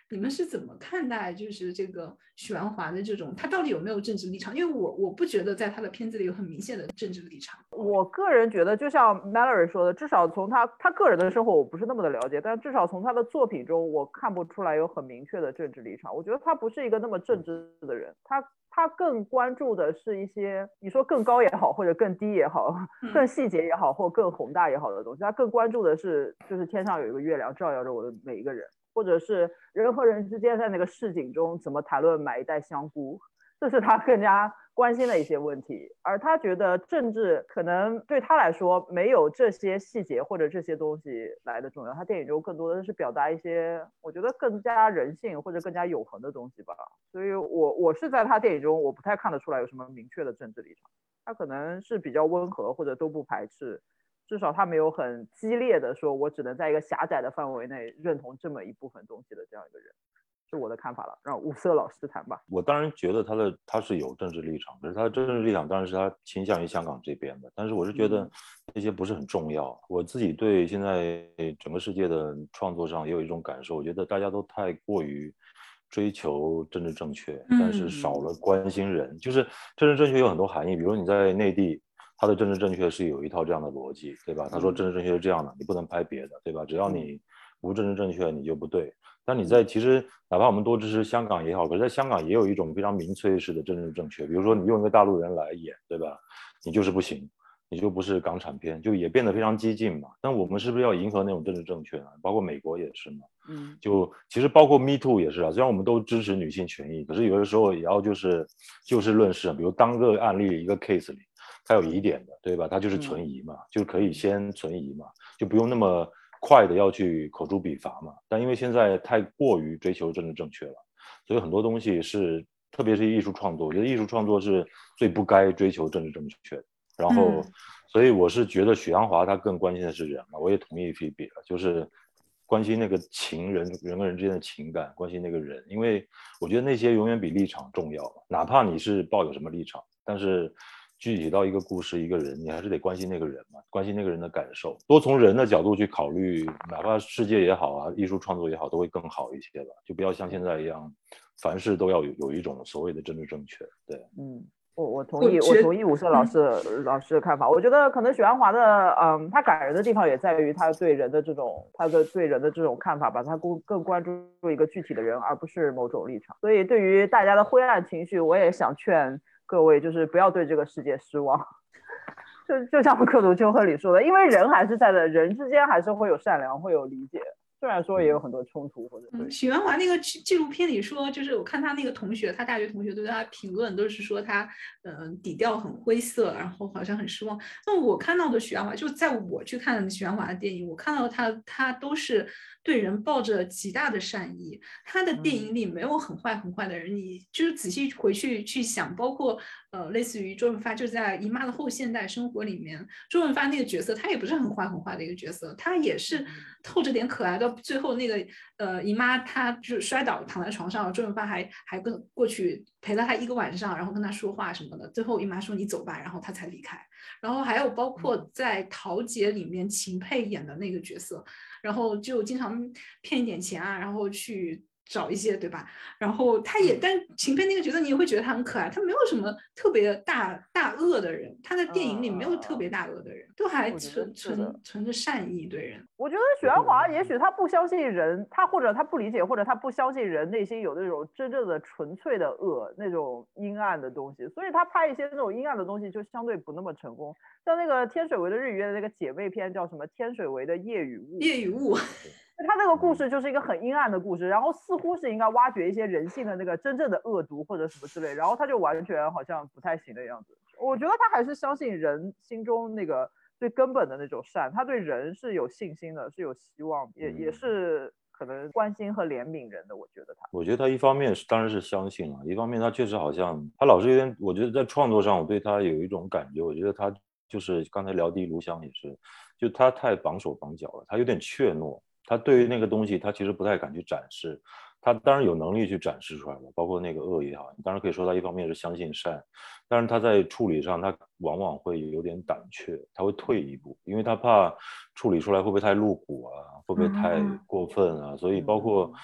你们是怎么看待就是这个许鞍华的这种他到底有没有政治立场？因为我我不觉得在他的片子里有很明显的政治立场。 我个人觉得就像 Mallory 说的，至少从他他个人的生活我不是那么的了解，但至少从他的作品中我看不出来有很明确的政治立场。我觉得他不是一个那么正直的人，他他更关注的是一些你说更高也好或者更低也好，更细节也好或更宏大也好的东西，他更关注的是就是天上有一个月亮照耀着我的每一个人，或者是人和人之间在那个市井中怎么谈论买一袋香菇，这是他更加关心的一些问题。而他觉得政治可能对他来说没有这些细节或者这些东西来的重要，他电影中更多的是表达一些我觉得更加人性或者更加永恒的东西吧。所以我我是在他电影中我不太看得出来有什么明确的政治立场，他可能是比较温和或者都不排斥，至少他没有很激烈的说我只能在一个狭窄的范围内认同这么一部分东西的这样一个人，是我的看法了。让五色老师谈吧。 我当然觉得他的他是有政治立场，可是他的政治立场当然是他倾向于香港这边的，但是我是觉得这些不是很重要。嗯、我自己对现在整个世界的创作上也有一种感受，我觉得大家都太过于追求政治正确，但是少了关心人。嗯、就是政治正确有很多含义，比如你在内地，他的政治正确是有一套这样的逻辑，对吧？他说政治正确是这样的，你不能拍别的，对吧？只要你不政治正确，你就不对。但你在其实哪怕我们多支持香港也好，可是在香港也有一种非常民粹式的政治正确，比如说你用一个大陆人来演，对吧？你就是不行，你就不是港产片，就也变得非常激进嘛。但我们是不是要迎合那种政治正确呢？包括美国也是嘛。嗯，就其实包括 Me Too 也是啊。虽然我们都支持女性权益，可是有的时候也要就是就事论事，比如当个案例一个 case 里，它有疑点的，对吧？它就是存疑嘛，嗯、就可以先存疑嘛，就不用那么快的要去口诛笔伐嘛。但因为现在太过于追求政治正确了，所以很多东西是，特别是艺术创作，我觉得艺术创作是最不该追求政治正确的。然后，嗯、所以我是觉得许鞍华他更关心的是人嘛，我也同意 Phoebe 了，就是关心那个情人人跟人之间的情感，关心那个人，因为我觉得那些永远比立场重要，哪怕你是抱有什么立场，但是具体到一个故事一个人，你还是得关心那个人嘛，关心那个人的感受，多从人的角度去考虑，哪怕世界也好啊，艺术创作也好，都会更好一些吧，就不要像现在一样，凡事都要有有一种所谓的政治正确。对， 嗯。我我同意，我同意五色老师、嗯、老师的看法。我觉得可能许鞍华的，嗯，他感人的地方也在于他对人的这种，他的对人的这种看法吧，他更更关注一个具体的人，而不是某种立场。所以对于大家的灰暗情绪，我也想劝各位，就是不要对这个世界失望。就就像克鲁丘克里说的，因为人还是在的，人之间还是会有善良，会有理解。虽然说也有很多冲突或者对、 嗯、许鞍华那个纪录片里说，就是我看他那个同学，他大学同学对他评论都是说他呃底调很灰色，然后好像很失望。那我看到的许鞍华，就在我去看许鞍华的电影，我看到他他都是对人抱着极大的善意，他的电影里没有很坏很坏的人，你就是仔细回去去想，包括呃类似于周润发，就在《姨妈的后现代生活》里面，周润发那个角色他也不是很坏很坏的一个角色，他也是透着点可爱的。最后那个呃姨妈她就摔倒躺在床上，周润发还还跟过去陪了她一个晚上，然后跟她说话什么的。最后姨妈说你走吧，然后她才离开。然后还有包括在《桃姐》里面秦沛演的那个角色，然后就经常骗一点钱啊，然后去找一些，对吧？然后他也，但秦沛那个角色你也会觉得他很可爱，他没有什么特别大大恶的人，他的电影里没有特别大恶的人，都还存存存着善意对人。 我觉得许鞍华也许他不相信人，他或者他不理解，或者他不相信人内心有那种真正的纯粹的恶，那种阴暗的东西，所以他拍一些那种阴暗的东西就相对不那么成功。像那个天水围的日与夜的那个姐妹篇叫什么？天水围的夜与雾。 夜与雾。 他那个故事就是一个很阴暗的故事，然后似乎是应该挖掘一些人性的那个真正的恶毒或者什么之类，然后他就完全好像不太行的样子。我觉得他还是相信人心中那个最根本的那种善，他对人是有信心的，是有希望，也也是可能关心和怜悯人的。我觉得他， 我觉得他一方面是当然是相信了，一方面他确实好像他老是有点，我觉得在创作上我对他有一种感觉，我觉得他就是刚才聊第一炉香也是，就他太绑手绑脚了，他有点怯懦。他对于那个东西他其实不太敢去展示，他当然有能力去展示出来了，包括那个恶也好，当然可以说他一方面是相信善，但是他在处理上他往往会有点胆怯，他会退一步，因为他怕处理出来会不会太露骨啊，会不会太过分啊，所以包括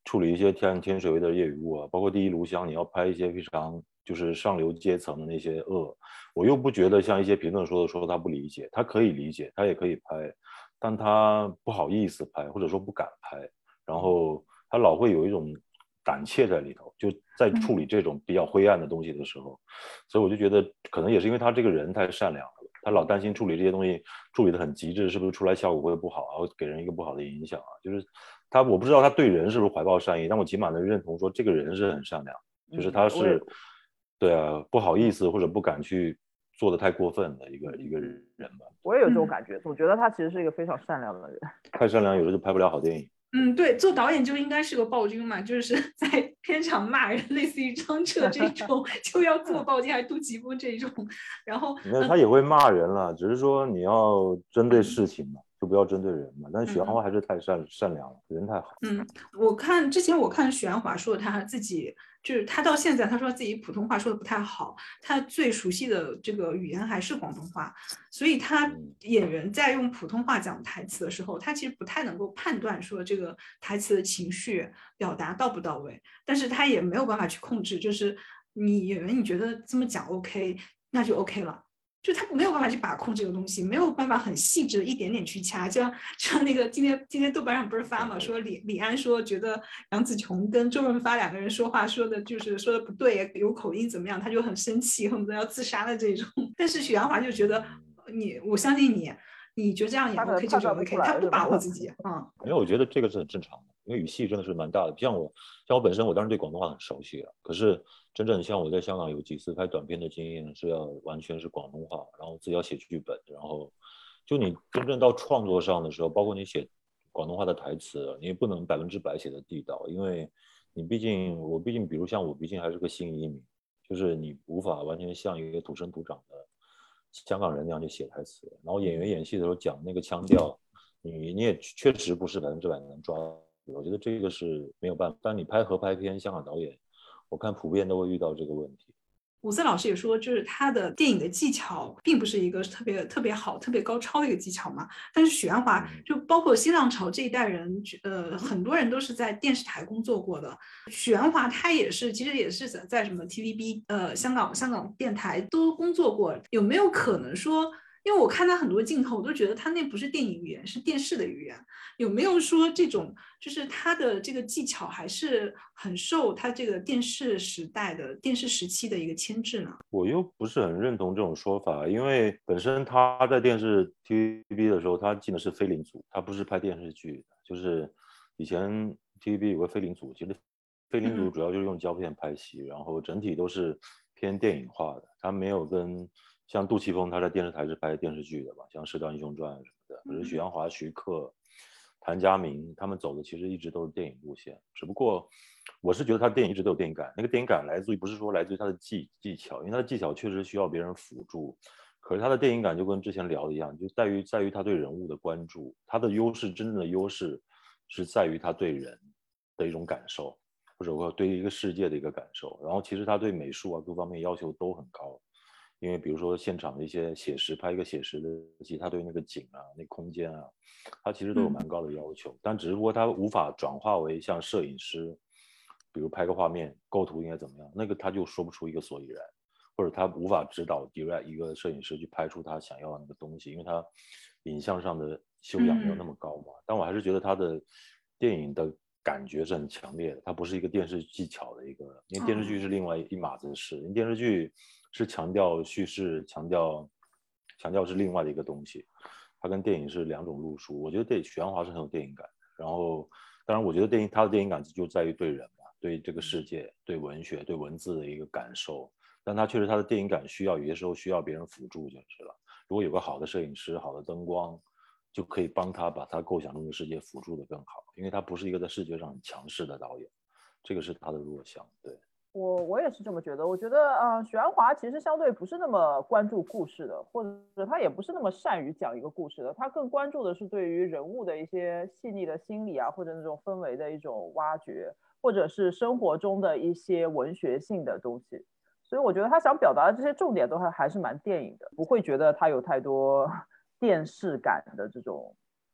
处理一些天天水围的业余物啊，包括第一炉香，你要拍一些非常就是上流阶层的那些恶，我又不觉得像一些评论说的说他不理解，他可以理解，他也可以拍，但他不好意思拍，或者说不敢拍，然后他老会有一种胆怯在里头，就在处理这种比较灰暗的东西的时候，所以我就觉得可能也是因为他这个人太善良了，他老担心处理这些东西处理得很极致，是不是出来效果会不好啊，会给人一个不好的影响啊，就是他我不知道他对人是不是怀抱善意，但我起码能认同说这个人是很善良，就是他是、嗯、对啊，不好意思或者不敢去做得太过分的一个一个人吧。 我也有这种感觉，总觉得他其实是一个非常善良的人。 太善良有时候就拍不了好电影。 嗯，对，做导演就应该是个暴君嘛，就是在片场骂人，类似于张彻这种就要做暴君，还是杜琪峰这种。然后那他也会骂人了，只是说你要针对事情嘛，就不要针对人嘛。但是许鞍华还是太善、嗯、善良了，人太好。 嗯，我看之前我看许鞍华说他自己就是他到现在他说自己普通话说的不太好，他最熟悉的这个语言还是广东话，所以他演员在用普通话讲台词的时候，他其实不太能够判断说这个台词的情绪表达到不到位，但是他也没有办法去控制，就是你演员你觉得这么讲 OK， 那就 OK 了。就他没有办法去把控这个东西，没有办法很细致的一点点去掐，就像就像那个今天今天豆瓣上不是发嘛，说李李安说觉得杨紫琼跟周润发两个人说话说的就是说的不对，有口音怎么样，他就很生气，恨不得要自杀的这种。但是许鞍华就觉得你，我相信你，你觉得这样演 OK 就是 OK， 他不把握自己，嗯。 因为我觉得这个是很正常的，因为语系真的是蛮大的。像我像我本身我当然对广东话很熟悉了，可是真正像我在香港有几次拍短片的经验是要完全是广东话，然后自己要写剧本，然后就你真正到创作上的时候，包括你写广东话的台词，你也不能百分之百写的地道，因为你毕竟我毕竟比如像我毕竟还是个新移民，就是你无法完全像一个土生土长的香港人那样去写台词，然后演员演戏的时候讲那个腔调，你你也确实不是百分之百能抓到，我觉得这个是没有办法。但你拍合拍片，香港导演我看普遍都会遇到这个问题。 伍森老师也说，就是他的电影的技巧并不是一个特别特别好、特别高超的一个技巧嘛。但是许鞍华，就包括新浪潮这一代人，呃，很多人都是在电视台工作过的。许鞍华他也是，其实也是在什么 T V B、呃香港香港电台都工作过。有没有可能说？因为我看他很多镜头，我都觉得他那不是电影语言，是电视的语言。有没有说这种，就是他的这个技巧还是很受他这个电视时代的电视时期的一个牵制呢？ 我又不是很认同这种说法，因为本身他在电视 T V B 的时候，他进的是菲林组，他不是拍电视剧的。就是以前 T V B 有个菲林组，其实菲林组主要就是用胶片拍戏，然后整体都是偏电影化的，他没有跟。像杜琪峰他在电视台是拍电视剧的吧，像《射雕英雄传》什么的，可是许鞍华、徐克、谭家明他们走的其实一直都是电影路线，只不过我是觉得他电影一直都有电影感，那个电影感来自于不是说来自于他的技技巧，因为他的技巧确实需要别人辅助，可是他的电影感就跟之前聊的一样，就在于在于他对人物的关注，他的优势真正的优势是在于他对人的一种感受，或者说对一个世界的一个感受，然后其实他对美术啊各方面要求都很高。因为比如说现场的一些写实，拍一个写实的戏，他对那个景啊、那空间啊，他其实都有蛮高的要求，嗯、但只不过他无法转化为像摄影师，比如拍个画面，构图应该怎么样，那个他就说不出一个所以然，或者他无法指导 direct 一个摄影师去拍出他想要的那个东西，因为他影像上的修养没有那么高嘛。嗯、但我还是觉得他的电影的感觉是很强烈的，它不是一个电视技巧的一个，因为电视剧是另外一码子事，因为电视剧是强调叙事，强调强调是另外的一个东西，它跟电影是两种路数。我觉得对许鞍华是很有电影感，然后当然我觉得电影他的电影感就在于对人嘛，对这个世界、对文学、对文字的一个感受，但他确实他的电影感需要有些时候需要别人辅助就是了。如果有个好的摄影师、好的灯光，就可以帮他把他构想中的世界辅助的更好，因为他不是一个在视觉上很强势的导演，这个是他的弱项。对， 我我也是这么觉得。我觉得呃，许鞍华其实相对不是那么关注故事的，或者他也不是那么善于讲一个故事的，他更关注的是对于人物的一些细腻的心理啊，或者那种氛围的一种挖掘，或者是生活中的一些文学性的东西。所以我觉得他想表达的这些重点都还还是蛮电影的，不会觉得他有太多电视感的这种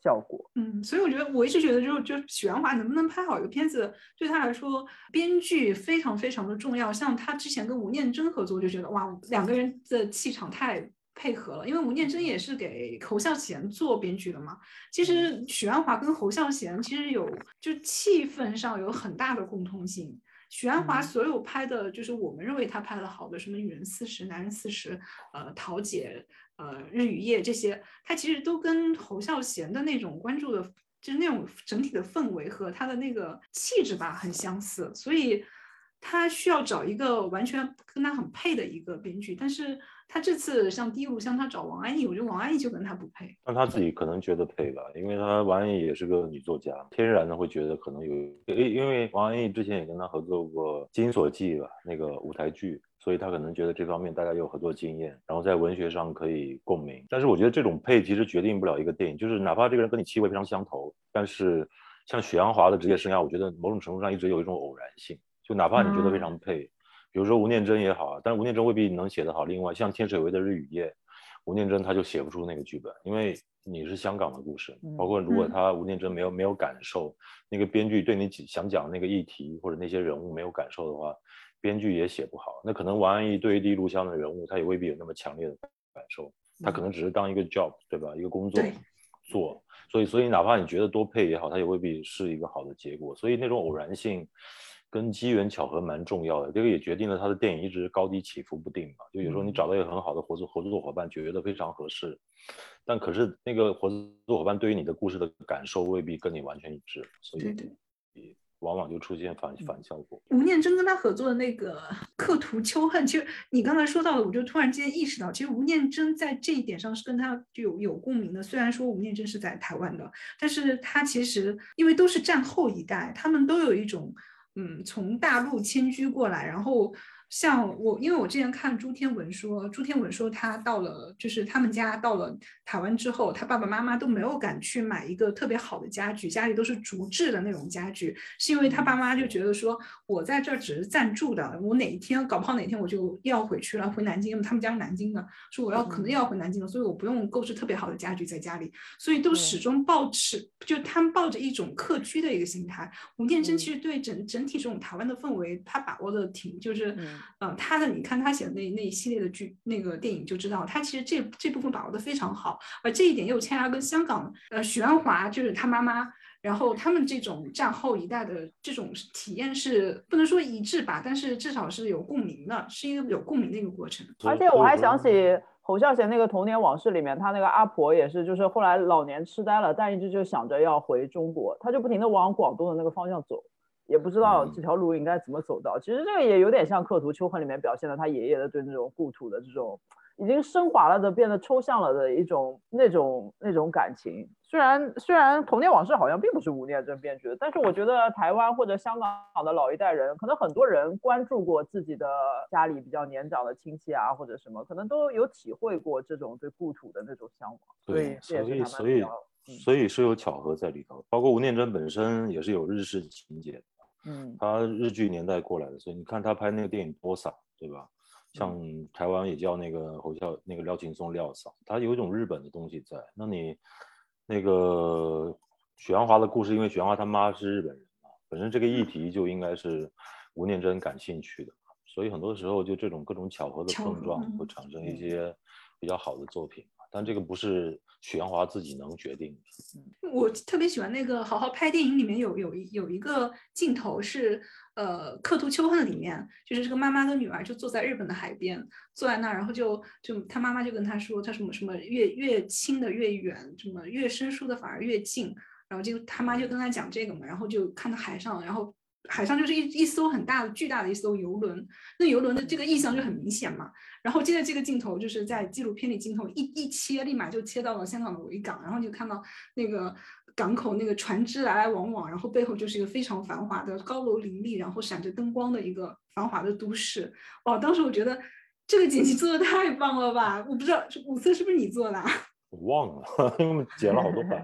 效果。 嗯，所以我觉得我一直觉得就就许鞍华能不能拍好一个片子，对他来说编剧非常非常的重要。像他之前跟吴念真合作，就觉得哇，两个人的气场太配合了，因为吴念真也是给侯孝贤做编剧的嘛。其实许鞍华跟侯孝贤其实有就气氛上有很大的共通性。许鞍华所有拍的，就是我们认为他拍的好的，什么女人四十、男人四十，呃，桃姐，呃，日与夜这些，他其实都跟侯孝贤的那种关注的，就是那种整体的氛围和他的那个气质吧，很相似，所以他需要找一个完全跟他很配的一个编剧，但是他这次像第一炉香，他找王安忆，我觉得王安忆就跟他不配。 但他自己可能觉得配吧，因为他王安忆也是个女作家，天然的会觉得可能有，因为王安忆之前也跟他合作过《金锁记》吧，那个舞台剧，所以他可能觉得这方面大家有合作经验，然后在文学上可以共鸣。但是我觉得这种配其实决定不了一个电影，就是哪怕这个人跟你气味非常相投，但是像许鞍华的职业生涯，我觉得某种程度上一直有一种偶然性，就哪怕你觉得非常配。嗯，比如说吴念真也好，但是吴念真未必能写得好。另外，像天水围的《日与夜》，吴念真他就写不出那个剧本，因为你是香港的故事，包括如果他吴念真没有没有感受，那个编剧对你想讲那个议题或者那些人物没有感受的话，编剧也写不好。那可能王安忆对于第一炉香的人物，他也未必有那么强烈的感受，他可能只是当一个 job， 对吧？一个工作做，所以所以哪怕你觉得多配也好，他也未必是一个好的结果。所以那种偶然性跟机缘巧合蛮重要的，这个也决定了他的电影一直高低起伏不定嘛。就有时候你找到一个很好的合作合作伙伴，觉得非常合适，但可是那个合作伙伴对于你的故事的感受未必跟你完全一致，所以对对往往就出现反反效果。 吴念真跟他合作的那个《刻图秋恨》，其实你刚才说到的，我就突然之间意识到，其实吴念真在这一点上是跟他就有有共鸣的。虽然说吴念真是在台湾的，但是他其实因为都是战后一代，他们都有一种嗯从大陆迁居过来，然后。像我，因为我之前看朱天文说，朱天文说他到了，就是他们家到了台湾之后，他爸爸妈妈都没有敢去买一个特别好的家具，家里都是竹制的那种家具，是因为他爸妈就觉得说，我在这儿只是暂住的，我哪一天搞不好哪天我就要回去了，回南京，因为他们家是南京的，说我要可能要回南京了，所以我不用购置特别好的家具在家里，所以都始终抱持，就他们抱着一种客居的一个心态。吴念真其实对整整体这种台湾的氛围，他把握的挺就是。嗯呃，他的你看他写的那那一系列的剧那个电影就知道，他其实这这部分把握的非常好，而这一点又恰恰跟香港呃许鞍华就是他妈妈，然后他们这种战后一代的这种体验是不能说一致吧，但是至少是有共鸣的，是一个有共鸣的一个过程。 而且我还想起侯孝贤那个《童年往事》里面，他那个阿婆也是，就是后来老年痴呆了，但一直就想着要回中国，他就不停的往广东的那个方向走。也不知道这条路应该怎么走到，其实这个也有点像《刻图秋恨》里面表现的他爷爷的对那种故土的这种已经升华了的、变得抽象了的一种那种那种感情。虽然虽然《童年往事》好像并不是吴念真编剧的，但是我觉得台湾或者香港的老一代人，可能很多人关注过自己的家里比较年长的亲戚啊，或者什么，可能都有体会过这种对故土的那种向往。 对，所以所以所以是有巧合在里头，包括吴念真本身也是有日式情节的。嗯，他日剧年代过来的，所以你看他拍那个电影《波萨》，对吧？像台湾也叫那个侯孝那个廖劲松廖嫂，他有一种日本的东西在。那你那个许鞍华的故事，因为许鞍华他妈是日本人嘛，本身这个议题就应该是吴念真感兴趣的，所以很多时候就这种各种巧合的碰撞会产生一些比较好的作品。但这个不是许鞍华自己能决定的。 我特别喜欢那个《好好拍电影》里面有有有一个镜头是，呃，《刻图秋恨》里面，就是这个妈妈跟女儿就坐在日本的海边，坐在那儿，然后就就他妈妈就跟他说，他什么什么越越亲的越远，什么越生疏的反而越近，然后就他妈就跟他讲这个嘛，然后就看到海上，然后。海上就是一一艘很大的巨大的一艘游轮，那游轮的这个意象就很明显嘛。然后接着这个镜头就是在纪录片里镜头一一切，立马就切到了香港的维港，然后就看到那个港口那个船只来来往往，然后背后就是一个非常繁华的高楼林立，然后闪着灯光的一个繁华的都市。哇，当时我觉得这个剪辑做的太棒了吧！我不知道五色是不是你做的、啊？ 我忘了，因为剪了好多版。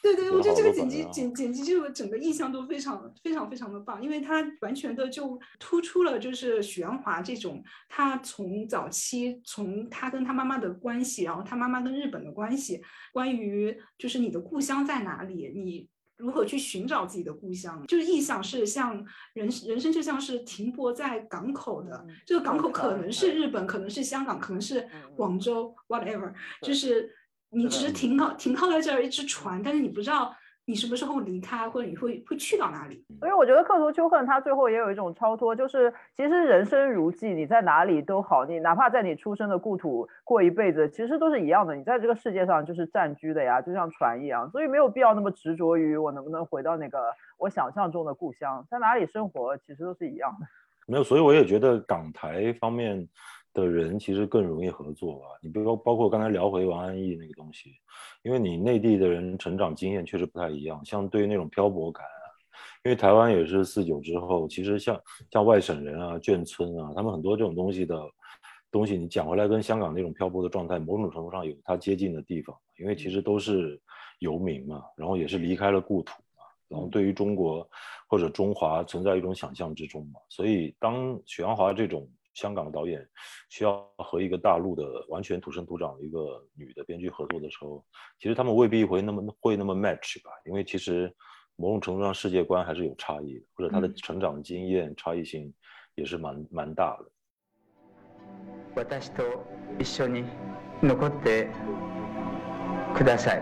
对对，我觉得这个剪辑剪剪剪辑这个整个意象都非常非常非常的棒，因为它完全的就突出了就是许鞍华这种他从早期从他跟他妈妈的关系，然后他妈妈跟日本的关系，关于就是你的故乡在哪里，你如何去寻找自己的故乡，就是意象是像人人生就像是停泊在港口的， 嗯、 这个港口可能是日本，可能是香港，可能是广州、嗯、whatever， 就是你只是停靠停靠在这儿一只船，但是你不知道你什么时候离开，或者你会会去到哪里。 所以我觉得克图丘恨他最后也有一种超脱，就是其实人生如寄，你在哪里都好，你哪怕在你出生的故土过一辈子，其实都是一样的，你在这个世界上就是暂居的呀，就像船一样，所以没有必要那么执着于我能不能回到那个我想象中的故乡，在哪里生活其实都是一样的。 没有，所以我也觉得港台方面的人其实更容易合作吧。你比如说，包括刚才聊回王安忆那个东西，因为你内地的人成长经验确实不太一样，像对于那种漂泊感啊，因为台湾也是四九之后，其实像像外省人啊、眷村啊，他们很多这种东西的东西，你讲回来跟香港那种漂泊的状态，某种程度上有它接近的地方，因为其实都是游民嘛，然后也是离开了故土嘛，然后对于中国或者中华存在一种想象之中嘛，所以当许鞍华这种香港的导演需要和一个大陆的完全土生土长的一个女的编剧合作的时候，其实他们未必会那么会那么 match 吧，因为其实某种程度上世界观还是有差异的，或者他的成长经验差异性也是蛮蛮大的。 私と一緒に残ってください。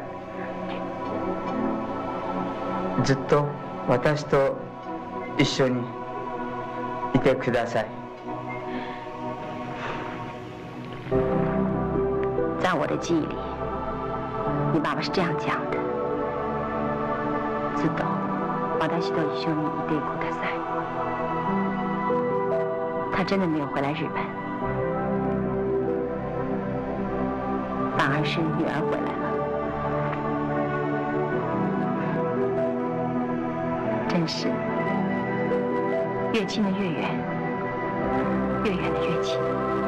ずっと私と一緒にいてください。 在我的记忆里，你爸爸是这样讲的：ずっと私と一緒にいてください。他真的没有回来日本，反而是女儿回来了。真是越近的越远，越远的越近。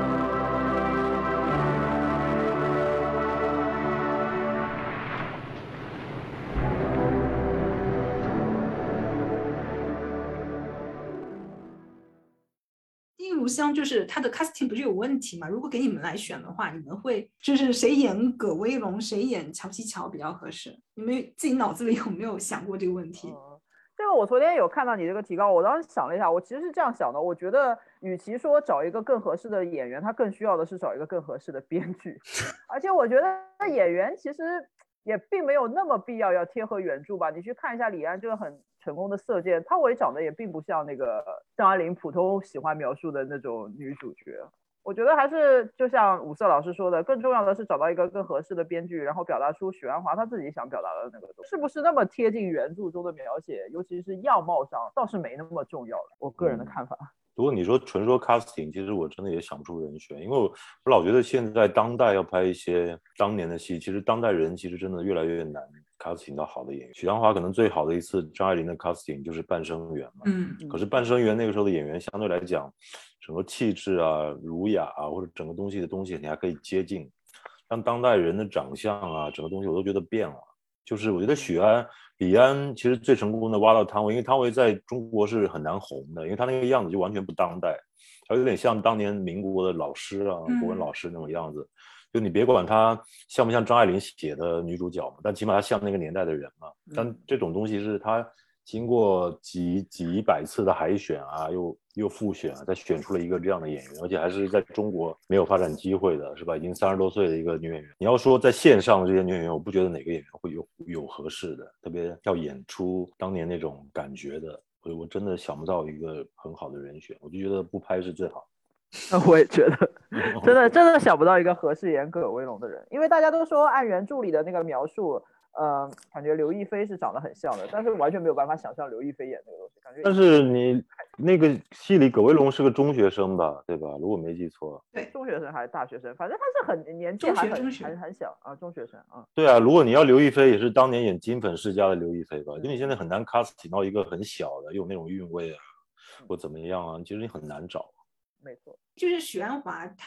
故乡就是他的 casting 不是有问题嘛？如果给你们来选的话，你们会就是谁演葛威龙，谁演乔琪乔比较合适？你们自己脑子里有没有想过这个问题？ 嗯，这个我昨天有看到你这个提纲，我当时想了一下，我其实是这样想的，我觉得与其说找一个更合适的演员，他更需要的是找一个更合适的编剧，而且我觉得演员其实也并没有那么必要要贴合原著吧。你去看一下李安这个很成功的色戒，汤唯长得也并不像那个张爱玲普通喜欢描述的那种女主角。我觉得还是就像五色老师说的，更重要的是找到一个更合适的编剧，然后表达出许鞍华他自己想表达的那个东西，是不是那么贴近原著中的描写，尤其是样貌上倒是没那么重要了，我个人的看法。 如果你说纯说 casting， 其实我真的也想不出人选，因为我我老觉得现在当代要拍一些当年的戏，其实当代人其实真的越来越难 casting 到好的演员。许鞍华可能最好的一次张爱玲的 casting 就是《半生缘》嘛， 嗯， 可是《半生缘》那个时候的演员相对来讲，整个气质啊、儒雅啊，或者整个东西的东西你还可以接近，但当代人的长相啊，整个东西我都觉得变了。就是我觉得许鞍、李安其实最成功的挖到汤唯，因为汤唯在中国是很难红的，因为他那个样子就完全不当代，他有点像当年民国的老师啊、国文老师那种样子。就你别管他像不像张爱玲写的女主角嘛，但起码他像那个年代的人嘛。但这种东西是他经过几几百次的海选啊，又又复选啊，再选出了一个这样的演员，而且还是在中国没有发展机会的，是吧？已经三十多岁的一个女演员。你要说在线上的这些女演员，我不觉得哪个演员会有有合适的，特别要演出当年那种感觉的，我我真的想不到一个很好的人选，我就觉得不拍是最好。 我也觉得，真的真的想不到一个合适演葛威龙的人，因为大家都说按原著里的那个描述。呃，感觉刘亦菲是长得很像的，但是完全没有办法想象刘亦菲演那个东西。感觉但是你那个戏里葛威龙是个中学生吧，对吧？如果没记错， 对， 中学生还是大学生，反正他是很年纪还很还很小啊，中学生啊。 对啊，如果你要刘亦菲，也是当年演《金粉世家》的刘亦菲吧，因为你现在很难 casting 到一个很小的，有那种韵味啊，或怎么样啊，其实你很难找。 没错， 就是许鞍华他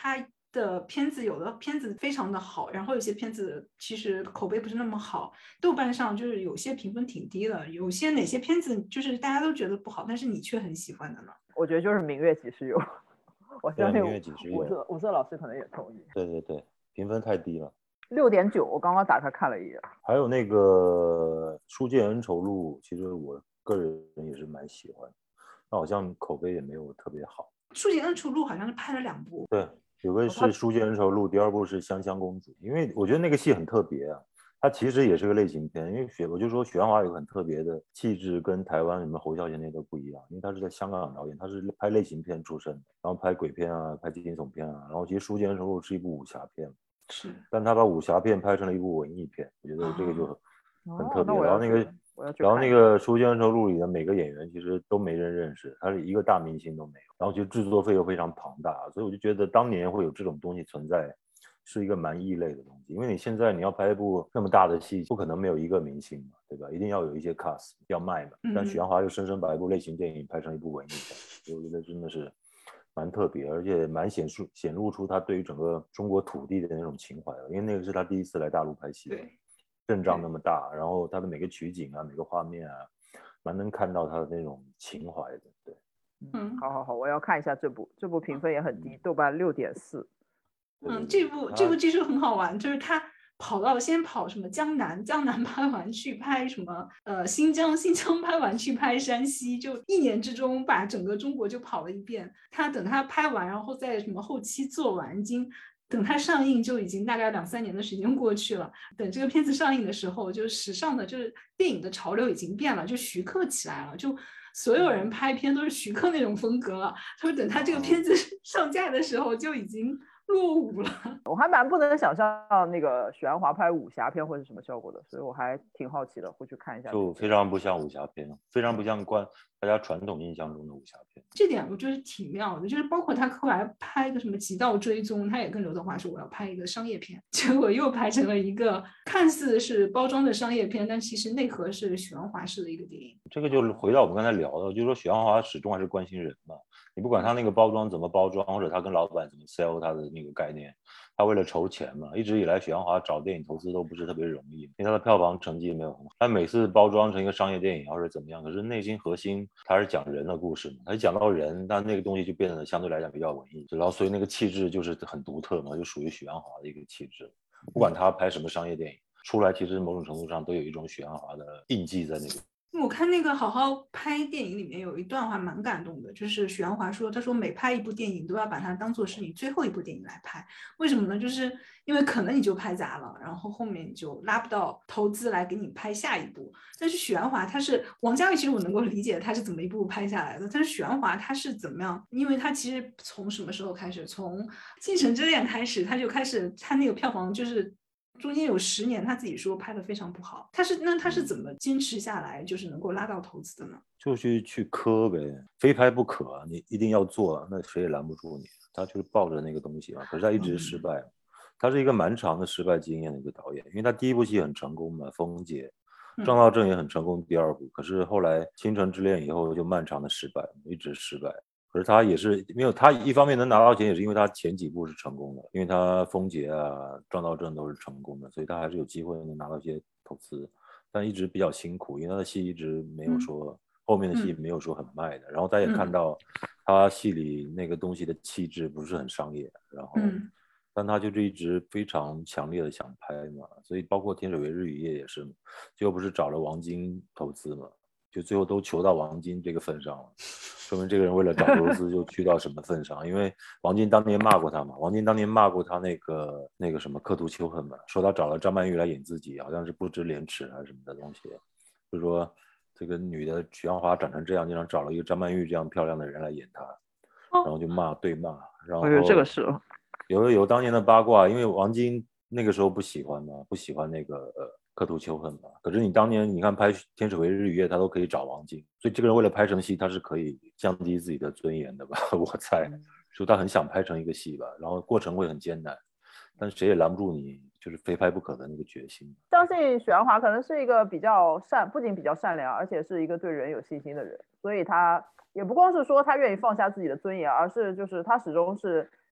的片子，有的片子非常的好，然后有些片子其实口碑不是那么好，豆瓣上就是有些评分挺低的，有些哪些片子就是大家都觉得不好，但是你却很喜欢的呢？ 我觉得就是《明月几时有》，我相信明月几时有五色五色老师可能也同意。 对对对，评分太低了， 六点九，我刚刚打开看了一眼。 还有那个《书剑恩仇录》，其实我个人也是蛮喜欢，但好像口碑也没有特别好。 《书剑恩仇录》好像是拍了两部， 对，有个是《书剑恩仇录》，第二部是《香香公主》，因为我觉得那个戏很特别啊，它其实也是个类型片，因为许我就说许鞍华有个很特别的气质，跟台湾什么侯孝贤那都不一样，因为他是在香港导演，他是拍类型片出身的，然后拍鬼片啊，拍惊悚片啊，然后其实《书剑恩仇录》是一部武侠片， 是， 但他把武侠片拍成了一部文艺片，我觉得这个就很、 哦、 很特别。 哦、 然后那个，然后那个《书剑恩仇录》里的每个演员其实都没人认识，他是一个大明星都没有，然后其实制作费又非常庞大，所以我就觉得当年会有这种东西存在，是一个蛮异类的东西。因为你现在你要拍一部那么大的戏，不可能没有一个明星嘛，对吧？一定要有一些 cast 要卖嘛。但许鞍华就深深把一部类型电影拍成一部文艺片，所以我觉得真的是蛮特别，而且蛮显出显露出他对于整个中国土地的那种情怀，因为那个是他第一次来大陆拍戏， 对， 阵仗那么大，然后他的每个取景啊，每个画面啊，蛮能看到他的那种情怀的。对， 嗯，好好好，我要看一下这部，这部评分也很低，嗯、豆瓣六点四。 嗯，这部这部技术很好玩，就是他跑到先跑什么江南，江南拍完去拍什么呃新疆，新疆拍完去拍山西，就一年之中把整个中国就跑了一遍。他等他拍完，然后在什么后期做完，已经等他上映就已经大概两三年的时间过去了。等这个片子上映的时候，就是时尚的就是电影的潮流已经变了，就徐克起来了，就所有人拍片都是徐克那种风格了。他说等他这个片子上架的时候就已经落伍了。 我还蛮不能想象那个许鞍华拍武侠片会是什么效果的，所以我还挺好奇的，会去看一下。 就非常不像武侠片，非常不像观大家传统印象中的武侠片。 这点我觉得挺妙的，就是包括他后来拍一个什么《极道追踪》，他也跟刘德华说我要拍一个商业片，结果又拍成了一个看似是包装的商业片，但其实内核是许鞍华式的一个电影。 这个就是回到我们刚才聊的，就是说许鞍华始终还是关心人嘛。你不管他那个包装怎么包装，或者他跟老板怎么 sell 他的那个概念，他为了筹钱嘛，一直以来许鞍华找电影投资都不是特别容易，因为他的票房成绩没有很好。他每次包装成一个商业电影或者怎么样，可是内心核心他是讲人的故事嘛，他讲到人，但那个东西就变得相对来讲比较文艺，然后所以那个气质就是很独特嘛，就属于许鞍华的一个气质。不管他拍什么商业电影出来，其实某种程度上都有一种许鞍华的印记在那里。 我看那个好好拍电影里面有一段话蛮感动的，就是许鞍华说，他说每拍一部电影都要把它当作是你最后一部电影来拍，为什么呢？就是因为可能你就拍砸了，然后后面你就拉不到投资来给你拍下一部。但是许鞍华他是王家卫，其实我能够理解他是怎么一步步拍下来的，但是许鞍华他是怎么样？因为他其实从什么时候开始？从《倾城之恋》开始，他就开始他那个票房就是中间有十年他自己说拍得非常不好，他是那他是怎么坚持下来就是能够拉到投资的呢？ 就是去磕呗，非拍不可，你一定要做，那谁也拦不住你。他就是抱着那个东西嘛，可是他一直失败、嗯、他是一个蛮长的失败经验的一个导演，因为他第一部戏很成功嘛，《风姐》，张道正也很成功第二部、嗯、可是后来《倾城之恋》以后就漫长的失败，一直失败。可是他也是没有，他一方面能拿到钱，也是因为他前几部是成功的，因为他风姐啊、张道正都是成功的，所以他还是有机会能拿到一些投资，但一直比较辛苦，因为他的戏一直没有说、嗯、后面的戏没有说很卖的、嗯、然后大家也看到他戏里那个东西的气质不是很商业，然后、嗯、但他就是一直非常强烈的想拍嘛，所以包括天水围日与夜也是，最后不是找了王晶投资嘛，就最后都求到王晶这个份上了，说明这个人为了找投资就去到什么份上。因为王晶当年骂过他嘛，王晶当年骂过他那个那个什么刻图秋恨嘛，说他找了张曼玉来演自己，好像是不知廉耻还是什么的东西，就是说这个女的许鞍华长成这样，竟然找了一个张曼玉这样漂亮的人来演她，然后就骂对骂，然后有这个事有有当年的八卦，因为王晶那个时候不喜欢嘛，不喜欢那个呃。刻图秋恨嘛，可是你当年你看拍《天水围日与夜》，他都可以找王晶，所以这个人为了拍成戏，他是可以降低自己的尊严的吧？我猜，所以他很想拍成一个戏吧，然后过程会很艰难，但是谁也拦不住你，就是非拍不可的那个决心。 相信许鞍华可能是一个比较善，不仅比较善良，而且是一个对人有信心的人，所以他也不光是说他愿意放下自己的尊严，而是就是他始终是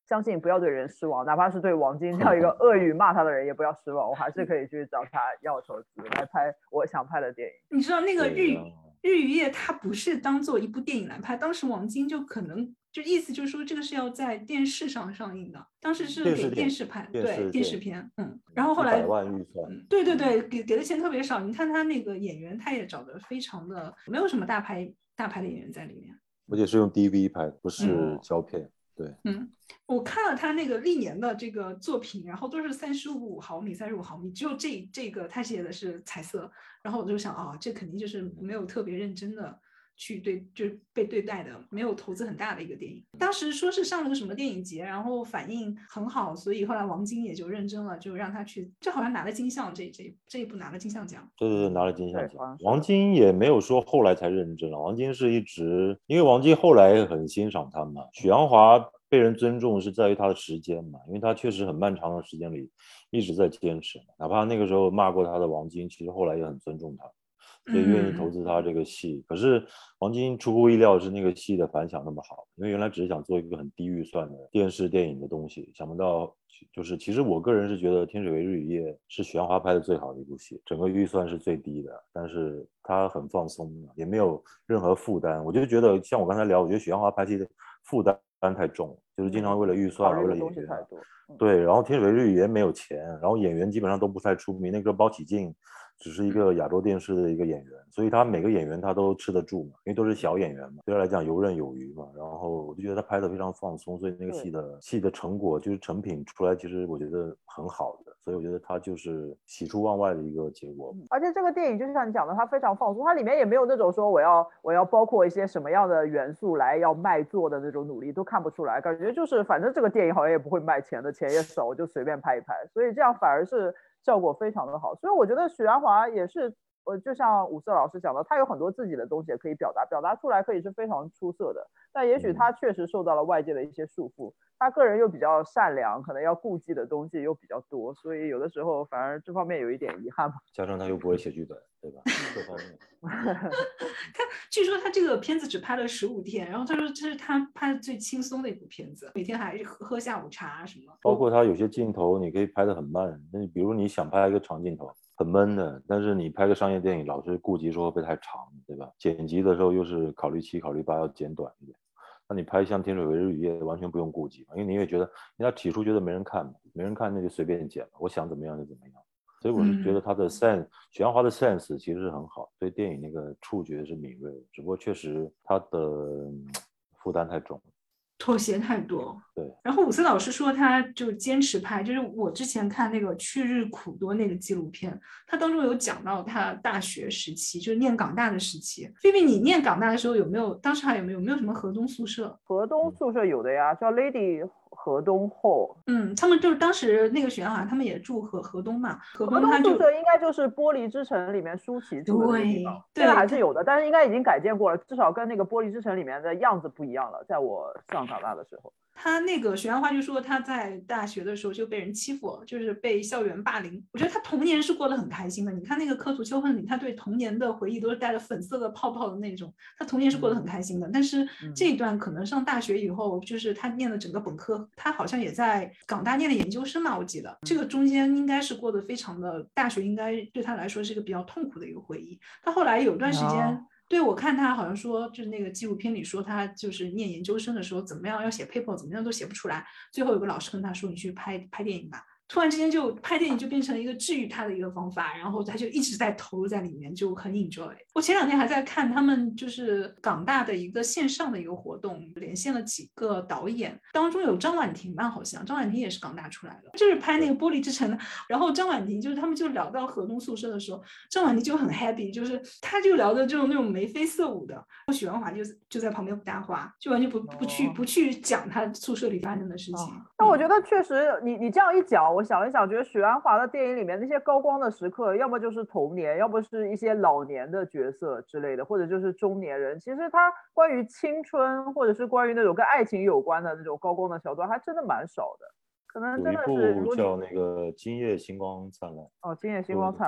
相信不要对人失望，哪怕是对王晶这样一个恶语骂他的人也不要失望，我还是可以去找他要投资来拍我想拍的电影。 你知道那个日日与夜它不是当做一部电影来拍，当时王晶就可能就意思就是说这个是要在电视上上映的，当时是给电视拍，对电视片，嗯，然后后来百万预算、 嗯，对对对，给给的钱特别少。你看他那个演员，他也找的非常的没有什么大牌大牌的演员在里面， 而且是用 D V 拍，不是胶片。嗯对， 嗯，我看了他那个历年的这个作品，然后都是三十五毫米、三十五毫米，只有这这个他写的是彩色，然后我就想啊，这肯定就是没有特别认真的去对，就是被对待的，没有投资很大的一个电影。当时说是上了个什么电影节，然后反应很好，所以后来王晶也就认真了，就让他去，这好像拿了金像，这这这一部拿了金像奖。 对对对，拿了金像奖。王晶也没有说后来才认真了，王晶是一直，因为王晶后来很欣赏他嘛，许鞍华被人尊重是在于他的时间嘛，因为他确实很漫长的时间里一直在坚持，哪怕那个时候骂过他的王晶，其实后来也很尊重他，所以愿意投资他这个戏。嗯、可是王晶出乎意料是那个戏的反响那么好，因为原来只是想做一个很低预算的电视电影的东西，想不到就是其实我个人是觉得《天水围日与夜》是许鞍华拍的最好的一部戏，整个预算是最低的，但是他很放松，也没有任何负担。我就觉得像我刚才聊，我觉得许鞍华拍戏的负担太重，就是经常为了预算、嗯、为了演员太多、嗯、对，然后天水围日与夜没有钱，然后演员基本上都不太出名，那个包起静只是一个亚洲电视的一个演员，所以他每个演员他都吃得住嘛，因为都是小演员嘛，对他来讲游刃有余嘛。然后我就觉得他拍得非常放松，所以那个戏的戏的成果就是成品出来，其实我觉得很好的，所以我觉得他就是喜出望外的一个结果。 而且这个电影就像你讲的，它非常放松，它里面也没有那种说我要我要包括一些什么样的元素来要卖座的那种努力，都看不出来，感觉就是反正这个电影好像也不会卖钱的，钱也少，我就随便拍一拍，所以这样反而是效果非常的好。所以我觉得许鞍华也是呃，就像伍瑟老师讲的，他有很多自己的东西也可以表达，表达出来可以是非常出色的。但也许他确实受到了外界的一些束缚，他个人又比较善良，可能要顾忌的东西又比较多，所以有的时候反而这方面有一点遗憾吧。 加上他又不会写剧本，对吧？这方面。 他据说他这个片子只拍了十五天，然后他说这是他拍的最轻松的一部片子，每天还喝喝下午茶什么。 包括他有些镜头你可以拍得很慢，那比如你想拍一个长镜头很闷的，但是你拍个商业电影老是顾及说会不会太长，对吧？剪辑的时候又是考虑七考虑八要剪短一点，那你拍像天水围日与夜完全不用顾忌嘛，因为你也觉得你要起初觉得没人看嘛，没人看那就随便剪了，我想怎么样就怎么样。所以我是觉得他的 sense，嗯、许鞍华的 sense 其实是很好，对电影那个触觉是敏锐的，只不过确实他的、嗯、负担太重， 妥协太多。 对。 然后伍瑟老师说他就坚持拍，就是我之前看那个去日苦多那个纪录片，他当中有讲到他大学时期，就是念港大的时期。菲菲，你念港大的时候有没有，当时还有没有没有什么河东宿舍？ 河东宿舍有的呀，叫 Lady河东后。 嗯，他们就是当时那个许鞍华他们也住河河东嘛，河东他就宿舍应该就是玻璃之城里面舒淇住的那个地方， 对， 现在还是有的，但是应该已经改建过了，至少跟那个玻璃之城里面的样子不一样了，在我上港大的时候。 他那个许鞍华就说他在大学的时候就被人欺负，就是被校园霸凌。我觉得他童年是过得很开心的，你看那个科图秋恨里，他对童年的回忆都是带着粉色的泡泡的那种，他童年是过得很开心的。但是这一段可能上大学以后，就是他念了整个本科，他好像也在港大念了研究生嘛，我记得这个中间应该是过得非常的，大学应该对他来说是一个比较痛苦的一个回忆。他后来有段时间、哦对，我看他好像说，就是那个纪录片里说，他就是念研究生的时候，怎么样要写 paper， 怎么样都写不出来。最后有个老师跟他说：“你去拍拍电影吧。”突然之间就拍电影就变成了一个治愈他的一个方法，然后他就一直在投入在里面，就很 enjoy。我前两天还在看他们就是港大的一个线上的一个活动，连线了几个导演，当中有张婉婷吧，好像张婉婷也是港大出来的，就是拍那个玻璃之城的。然后张婉婷就是他们就聊到河东宿舍的时候，张婉婷就很 happy， 就是他就聊的这种那种眉飞色舞的，许鞍华就就在旁边不搭话，就完全不不去不去讲他宿舍里发生的事情。哦、 那我觉得确实你你这样一讲，我想一想，觉得许鞍华的电影里面那些高光的时刻，要么就是童年，要么是一些老年的角色之类的，或者就是中年人。其实他关于青春，或者是关于那种跟爱情有关的那种高光的桥段，还真的蛮少的。可能真的是有一部叫那个《今夜星光灿烂》。 哦，《今夜星光灿烂》。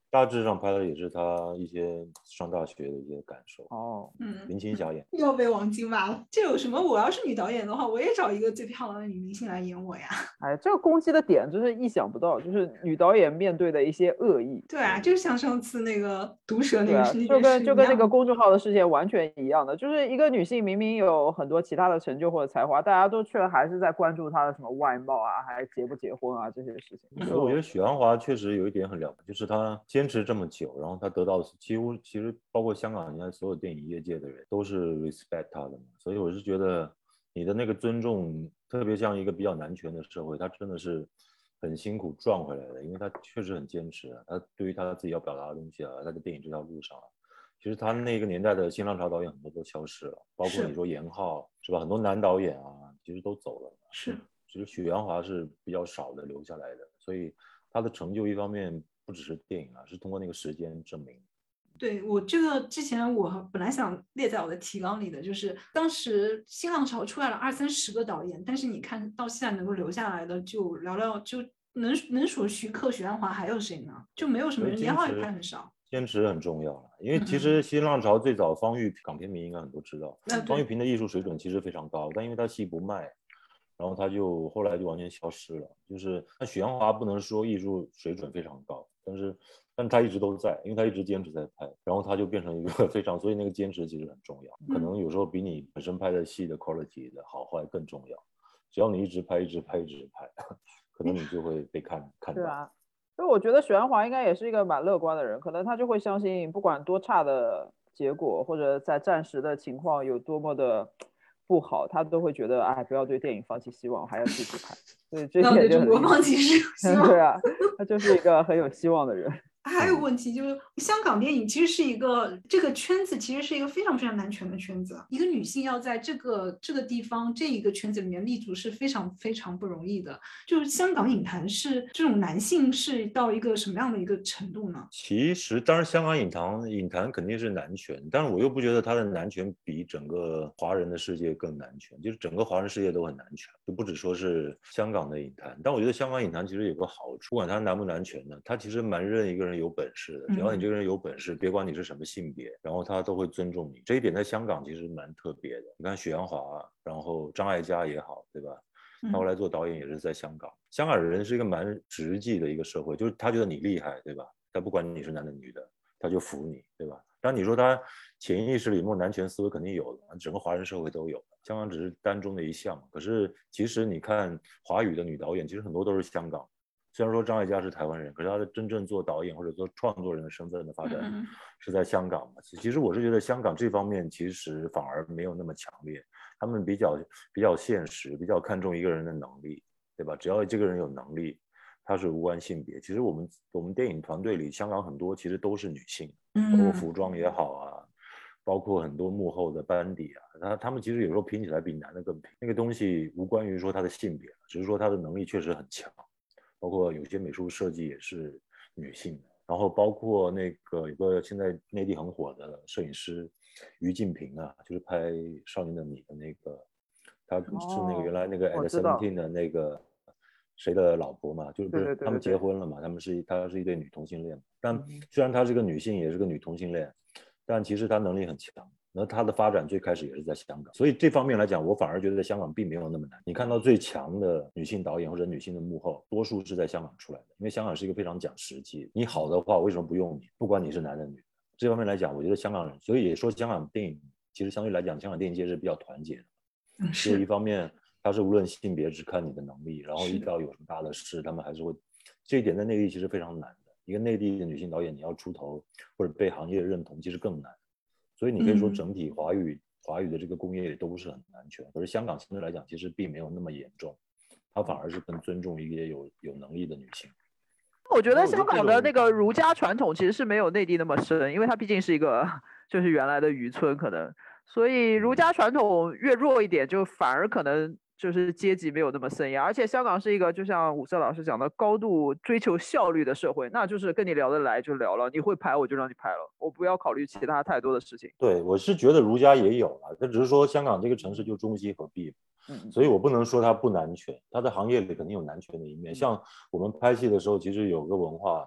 大致上拍的也是他一些上大学的一些感受。 哦， 嗯， 林青霞演又被王晶骂了。这有什么？我要是女导演的话，我也找一个最漂亮的女明星来演我呀。 哎，这个攻击的点真是意想不到，就是女导演面对的一些恶意。 对啊，就像上次那个毒蛇那对啊， 个事件就跟就跟那个公公众号的事件完全一样的，就是一个女性明明有很多其他的成就或者才华，大家都却还是在关注她的什么外貌啊，还结不结婚啊这些事情。 所以我觉得许鞍华确实有一点很了不起，就是她坚持这么久，然后她得到的几乎其实包括香港现在所有电影业界的人都是 respect 她的嘛，所以我是觉得你的那个尊重，特别像一个比较男权的社会，她真的是很辛苦赚回来的，因为她确实很坚持啊，她对于她自己要表达的东西啊，她在电影这条路上啊，其实她那个年代的新浪潮导演很多都消失了，包括你说严浩是吧，很多男导演啊其实都走了， 是。 其实许鞍华是比较少的留下来的，所以他的成就一方面不只是电影啊，是通过那个时间证明。 对，我这个之前我本来想列在我的提纲里的，就是当时新浪潮出来了二三十个导演，但是你看到现在能够留下来的就寥寥，就能能数徐克、许鞍华还有谁呢？就没有什么人，严浩也拍很少。 坚持很重要了，因为其实新浪潮最早方玉港片迷应该很多知道， 嗯、 方玉萍的艺术水准其实非常高，但因为他戏不卖。然后他就后来就完全消失了，就是那许鞍华不能说艺术水准非常高，但是但他一直都在，因为他一直坚持在拍，然后他就变成一个非常，所以那个坚持其实很重要，可能有时候比你本身拍的戏的 quality 的好坏更重要，只要你一直拍一直拍一直拍，可能你就会被看看到。 对啊，所以我觉得许鞍华应该也是一个蛮乐观的人，可能他就会相信不管多差的结果或者在暂时的情况有多么的不好，他都会觉得哎，不要对电影放弃希望，还要继续拍。所以这要对中国放弃希望。 对啊，他就是一个很有希望的人。 还有问题就是，香港电影其实是一个这个圈子，其实是一个非常非常男权的圈子。一个女性要在这个这个地方这一个圈子里面立足是非常非常不容易的。就是香港影坛是这种男性是到一个什么样的一个程度呢？ 其实，当然香港影坛影坛肯定是男权，但是我又不觉得他的男权比整个华人的世界更男权，就是整个华人世界都很男权，就不只说是香港的影坛。但我觉得香港影坛其实有个好处，不管他男不男权呢，他其实蛮认一个人有本事的，只要你这个人有本事，别管你是什么性别，然后他都会尊重你。这一点在香港其实蛮特别的。你看许鞍华，然后张艾嘉也好，对吧？他后来做导演也是在香港。香港人是一个蛮实际的一个社会，就是他觉得你厉害，对吧？他不管你是男的女的，他就服你，对吧？当然你说他潜意识里面男权思维肯定有的，整个华人社会都有，香港只是当中的一项。可是其实你看华语的女导演，其实很多都是香港。虽然说张艾嘉是台湾人，可是他的真正做导演或者做创作人的身份的发展是在香港嘛。其实我是觉得香港这方面其实反而没有那么强烈，他们比较比较现实，比较看重一个人的能力，对吧？只要这个人有能力，他是无关性别。其实我们我们电影团队里，香港很多其实都是女性，包括服装也好啊，包括很多幕后的班底啊，他他们其实有时候拼起来比男的更拼。那个东西无关于说他的性别，只是说他的能力确实很强。包括有些美术设计也是女性的，然后包括那个有个现在内地很火的摄影师于静平啊，就是拍《少年的你》的那个，他是那个原来那个 at seventeen 的那个谁的老婆嘛，就是不是他们结婚了嘛，他们是他是一对女同性恋，但虽然她是个女性，也是个女同性恋，但其实她能力很强。那他的发展最开始也是在香港，所以这方面来讲，我反而觉得在香港并没有那么难。你看到最强的女性导演或者女性的幕后，多数是在香港出来的，因为香港是一个非常讲实际。你好的话，我为什么不用你？不管你是男的女的。这方面来讲，我觉得香港人，所以也说香港电影其实相对来讲，香港电影界是比较团结的。 嗯， 是。所以一方面，他是无论性别只看你的能力，然后遇到有什么大的事，他们还是会。这一点在内地其实非常难的。一个内地的女性导演，你要出头或者被行业认同，其实更难。所以你可以说整体华语、嗯、华语的这个工业也都不是很安全，可是香港相对来讲其实并没有那么严重，它反而是更尊重一些有有能力的女性。 我觉得香港的那个儒家传统其实是没有内地那么深，因为它毕竟是一个就是原来的渔村可能，所以儒家传统越弱一点，就反而可能就是阶级没有那么森严，而且香港是一个就像伍瑟老师讲的高度追求效率的社会，那就是跟你聊得来就聊了，你会拍我就让你拍了，我不要考虑其他太多的事情。 对，我是觉得儒家也有了，但只是说香港这个城市就中西合璧，嗯，所以我不能说它不男权，它在行业里肯定有男权的一面。像我们拍戏的时候，其实有个文化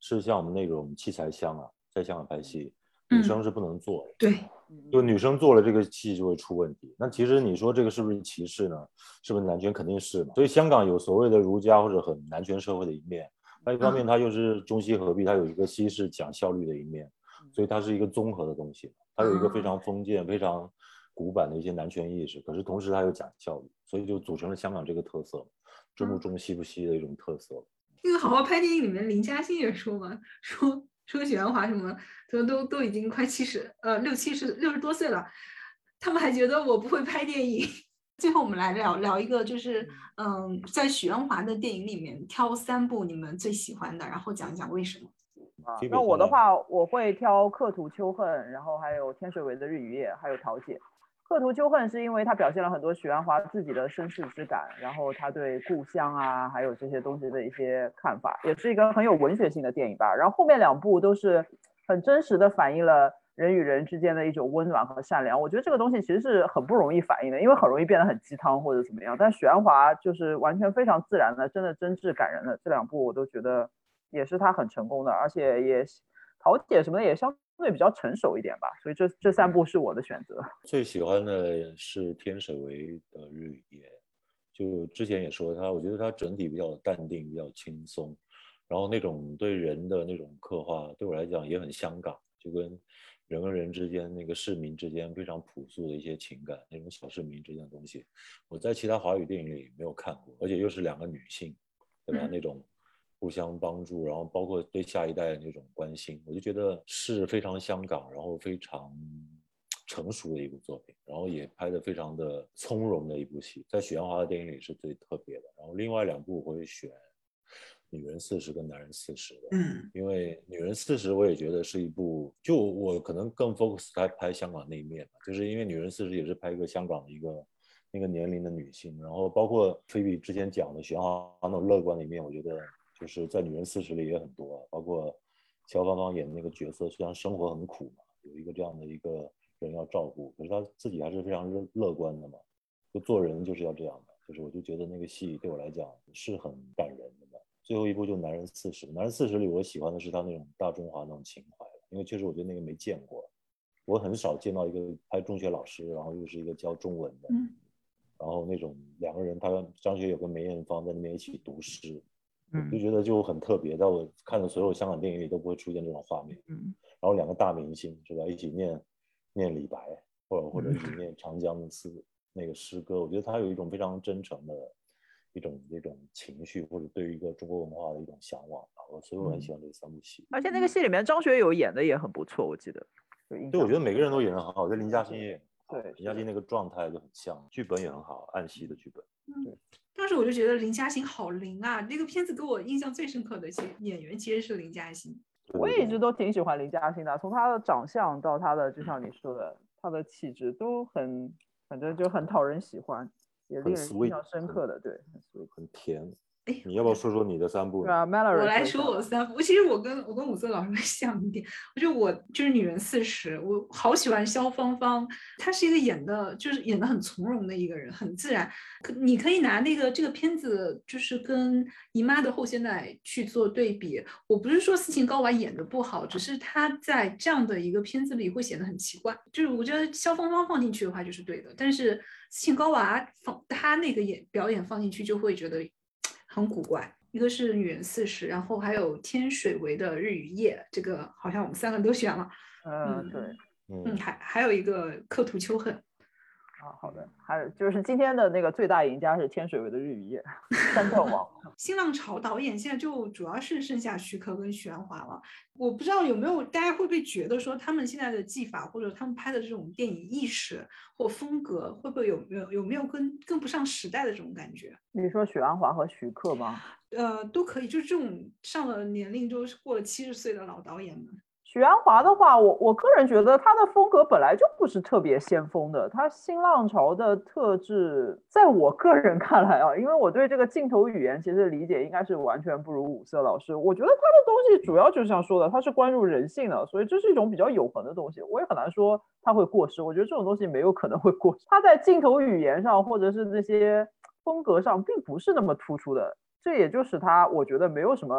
是像我们那种器材箱啊，在香港拍戏，女生是不能做的。 嗯、对， 就女生做了这个戏就会出问题。那其实你说这个是不是歧视呢？是不是男权？肯定是嘛。所以香港有所谓的儒家或者很男权社会的一面，那一方面它又是中西合璧，它有一个西式讲效率的一面，所以它是一个综合的东西。它有一个非常封建、非常古板的一些男权意识，可是同时它又讲效率，所以就组成了香港这个特色，中不中西不西的一种特色。 那个好好拍电影里面，林嘉欣也说嘛，说说许鞍华什么，都都都已经快七十，呃，六七十六十多岁了，他们还觉得我不会拍电影。最后我们来聊聊一个，就是嗯，在许鞍华的电影里面挑三部你们最喜欢的，然后讲一讲为什么。 啊，那我的话，我会挑《刻图秋恨》，然后还有天水围的日与夜，还有桃姐。刻图秋恨是因为它表现了很多许鞍华自己的身世之感，然后他对故乡啊，还有这些东西的一些看法，也是一个很有文学性的电影吧。然后后面两部都是很真实的反映了人与人之间的一种温暖和善良。我觉得这个东西其实是很不容易反映的，因为很容易变得很鸡汤或者怎么样。但许鞍华就是完全非常自然的，真的真挚感人的。这两部我都觉得也是他很成功的，而且也桃姐什么的也相对比较成熟一点吧，所以这这三部是我的选择。 最喜欢的是天水围的日与夜，就之前也说他，我觉得他整体比较淡定，比较轻松，然后那种对人的那种刻画，对我来讲也很香港，就跟人跟人之间那个市民之间非常朴素的一些情感，那种小市民之间的东西，我在其他华语电影里没有看过，而且又是两个女性，对吧？那种互相帮助，然后包括对下一代的那种关心，我就觉得是非常香港，然后非常成熟的一部作品，然后也拍得非常的从容的一部戏，在许鞍华的电影里是最特别的。然后另外两部我会选女人四十跟男人四十的， 嗯， 因为女人四十我也觉得是一部，就我可能更 focus 在拍香港那一面，就是因为女人四十也是拍一个香港的一个那个年龄的女性，然后包括菲比之前讲的许鞍华那种乐观的一面，我觉得就是在女人四十里也很多，包括肖芳芳演的那个角色，虽然生活很苦嘛，有一个这样的一个人要照顾，可是她自己还是非常乐观的嘛，就做人就是要这样的，就是我就觉得那个戏对我来讲是很感人的嘛。最后一部就男人四十，男人四十里我喜欢的是他那种大中华那种情怀，因为确实我觉得那个没见过，我很少见到一个拍中学老师，然后又是一个教中文的， 嗯， 然后那种两个人，他张学友跟梅艳芳在那边一起读诗，嗯，就觉得就很特别，在我看的所有香港电影里都不会出现这种画面，嗯，然后两个大明星是吧，一起念念李白，或者或者一起念长江的诗那个诗歌，我觉得他有一种非常真诚的一种一种情绪，或者对于一个中国文化的一种向往，所以我很喜欢这三部戏。 而且那个戏里面张学友演的也很不错，我记得。 对，我觉得每个人都演得很好，我觉得林嘉欣也对， 林嘉欣那个状态就很像，剧本也很好，暗戏的剧本。 对，当时我就觉得林嘉欣好灵啊！这个片子给我印象最深刻的演员其实是林嘉欣。 我也一直都挺喜欢林嘉欣的，从她的长相到她的，就像你说的，她的气质都很，反正就很讨人喜欢，也令人印象深刻的，对，很 sweet， 很甜。哎，你要不要说说你的三部？ 对啊 ，Mallory， 我来说我的三部。其实我跟我跟五色老师会像一点，我觉得我就是女人四十，我好喜欢萧芳芳，她是一个演的，就是演的很从容的一个人，很自然。可你可以拿那个这个片子，就是跟姨妈的后现代去做对比。我不是说斯琴高娃演的不好，只是她在这样的一个片子里会显得很奇怪。就是我觉得萧芳芳放进去的话就是对的，但是斯琴高娃放她那个演表演放进去就会觉得很古怪。一个是女人四十，然后还有天水围的日与夜，这个好像我们三个都选了。 嗯，对， 嗯，还还有一个刻图秋恨。 啊，好的，还有就是今天的那个最大赢家是天水围的日与夜，三冠王。 新浪潮导演现在就主要是剩下徐克跟许鞍华了。我不知道有没有大家会不会觉得说他们现在的技法或者他们拍的这种电影意识或风格会不会有没有有没有跟跟不上时代的这种感觉？ 你说许鞍华和徐克吗？ 呃，都可以，就是这种上了年龄就是过了七十岁的老导演们。 许鞍华的话，我我个人觉得他的风格本来就不是特别先锋的，他新浪潮的特质，在我个人看来啊，因为我对这个镜头语言其实理解应该是完全不如五色老师。我觉得他的东西主要就像说的，他是关注人性的，所以这是一种比较永恒的东西，我也很难说他会过时。我觉得这种东西没有可能会过时，他在镜头语言上或者是这些风格上并不是那么突出的，这也就使他我觉得没有什么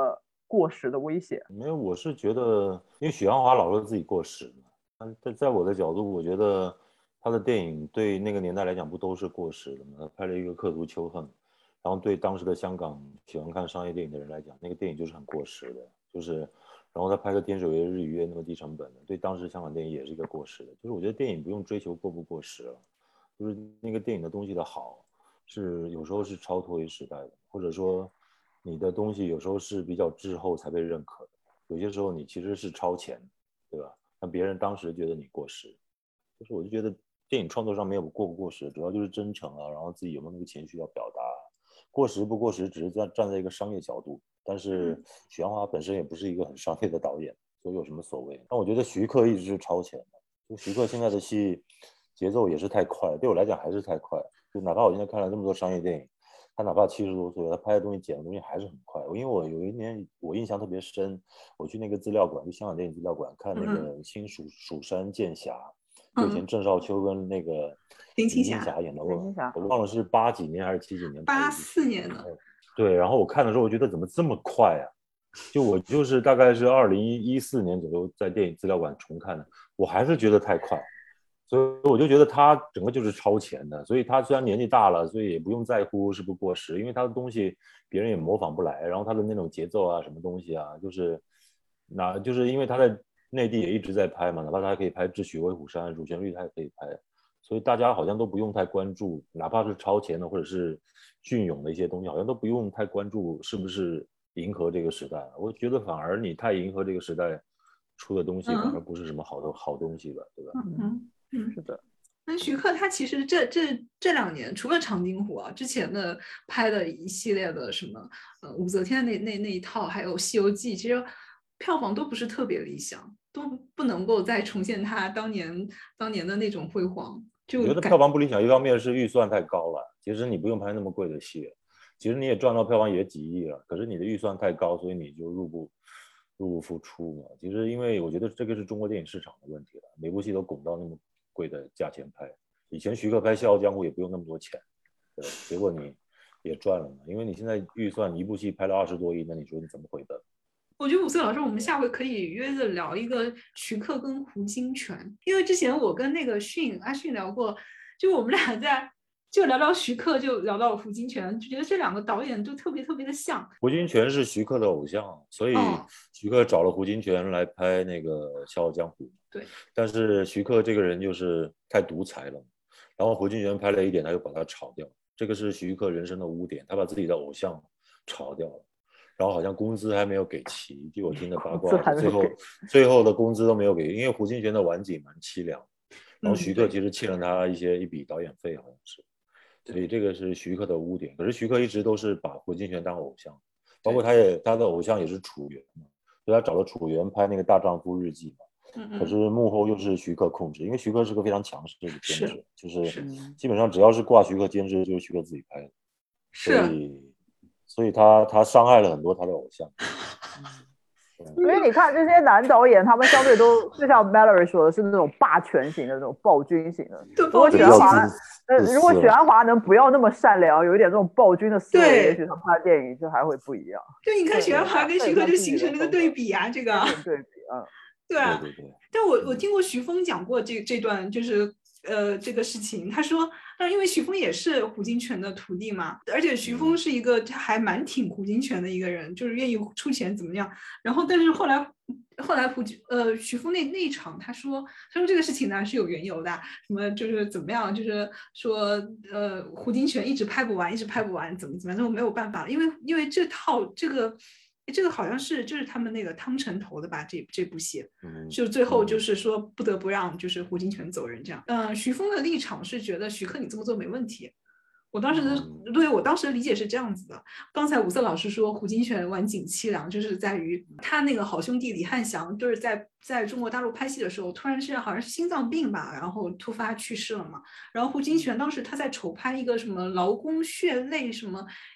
过时的危险？ 没有，我是觉得，因为许鞍华老说自己过时嘛，但在我的角度，我觉得他的电影对那个年代来讲不都是过时的吗？他拍了一个《刻图秋恨》，然后对当时的香港喜欢看商业电影的人来讲，那个电影就是很过时的，就是，然后他拍个《天水围日与月》那么低成本的，对当时香港电影也是一个过时的。就是我觉得电影不用追求过不过时了，就是那个电影的东西的好，是有时候是超脱于时代的，或者说你的东西有时候是比较滞后才被认可的，有些时候你其实是超前，对吧？那别人当时觉得你过时，就是我就觉得电影创作上没有过不过时，主要就是真诚啊，然后自己有没有那个情绪要表达。过时不过时只是在站在一个商业角度，但是许鞍华本身也不是一个很商业的导演，所以有什么所谓？但我觉得徐克一直是超前的，就徐克现在的戏节奏也是太快，对我来讲还是太快。就哪怕我现在看了这么多商业电影，他哪怕七十多岁，他拍的东西剪的东西还是很快。因为我有一年我印象特别深，我去那个资料馆，就香港电影资料馆看那个《新蜀蜀山剑侠》，就以前郑少秋跟那个林青霞演的，我我忘了是八几年还是七几年， 八四年的。 对，然后我看的时候，我觉得怎么这么快啊？就我就是大概是二零一四年左右在电影资料馆重看的，我还是觉得太快。所以我就觉得他整个就是超前的，所以他虽然年纪大了，所以也不用在乎是不是过时，因为他的东西别人也模仿不来，然后他的那种节奏啊什么东西啊，就是那就是因为他在内地也一直在拍嘛，哪怕他还可以拍《智取威虎山》《主旋律》，他也可以拍，所以大家好像都不用太关注，哪怕是超前的或者是隽永的一些东西，好像都不用太关注是不是迎合这个时代。我觉得反而你太迎合这个时代出的东西，反而不是什么好的、嗯、好东西吧，对吧？ 嗯嗯， 是的。 那徐克他其实这这这两年，除了长津湖啊，之前的拍的一系列的什么呃武则天的那那那一套，还有《西游记》，其实票房都不是特别理想，都不能够再重现他当年当年的那种辉煌。就我觉得票房不理想，一方面是预算太高了，其实你不用拍那么贵的戏，其实你也赚到票房也几亿了，可是你的预算太高，所以你就入不入不敷出嘛。其实因为我觉得这个是中国电影市场的问题了，每部戏都拱到那么贵的价钱拍，以前徐克拍《笑傲江湖》也不用那么多钱，对，结果你也赚了嘛，因为你现在预算一部戏拍了二十多亿，那你说你怎么回本？ 我觉得五岁老师，我们下回可以约着聊一个徐克跟胡金铨，因为之前我跟那个迅阿迅聊过，就我们俩在就聊聊徐克，就聊到胡金铨，就觉得这两个导演都特别特别的像。 胡金铨是徐克的偶像，所以徐克找了胡金铨来拍那个《笑傲江湖》。 对， 但是徐克这个人就是太独裁了，然后胡金铨拍了一点，他又把他炒掉，这个是徐克人生的污点，他把自己的偶像炒掉了，然后好像工资还没有给齐，据我听的八卦，最后最后的工资都没有给，因为胡金铨的晚景蛮凄凉，然后徐克其实欠了他一些一笔导演费，好像是。所以这个是徐克的污点，可是徐克一直都是把胡金铨当偶像，包括他也他的偶像也是楚原嘛，所以他找了楚原拍那个《大丈夫日记》嘛，嗯嗯，可是幕后又是徐克控制，因为徐克是个非常强势的监制，就是基本上只要是挂徐克监制就是徐克自己拍的， 是， 所以所以他他伤害了很多他的偶像。 因为你看这些男导演，他们相对都就像 Mallory 说的是那种霸权型的、那种暴君型的。如果许鞍华，呃，如果许鞍华能不要那么善良，有一点这种暴君的思维，也许他拍的电影就还会不一样。 对，你看许鞍华跟徐克就形成了个对比啊，这个对比啊， 对啊。 对对对。 但我我听过徐峰讲过这这段就是呃这个事情，他说，但因为徐峰也是胡金铨的徒弟嘛，而且徐峰是一个还蛮挺胡金铨的一个人，就是愿意出钱怎么样。然后但是后来后来胡呃徐峰那那一场他说他说这个事情呢是有缘由的，什么就是怎么样，就是说呃胡金铨一直拍不完一直拍不完怎么怎么样都没有办法，因为因为这套这个这个好像是就是他们那个汤臣投的吧，这这部戏就最后就是说不得不让就是胡金铨走人这样。嗯、呃，徐峰的立场是觉得徐克你这么做没问题。我当时的对我当时的理解是这样子的，刚才五色老师说胡金铨晚景凄凉，就是在于他那个好兄弟李汉祥就是在在中国大陆拍戏的时候，突然是好像是心脏病吧，然后突发去世了嘛。然后胡金铨当时他在筹拍一个什么劳工血泪什么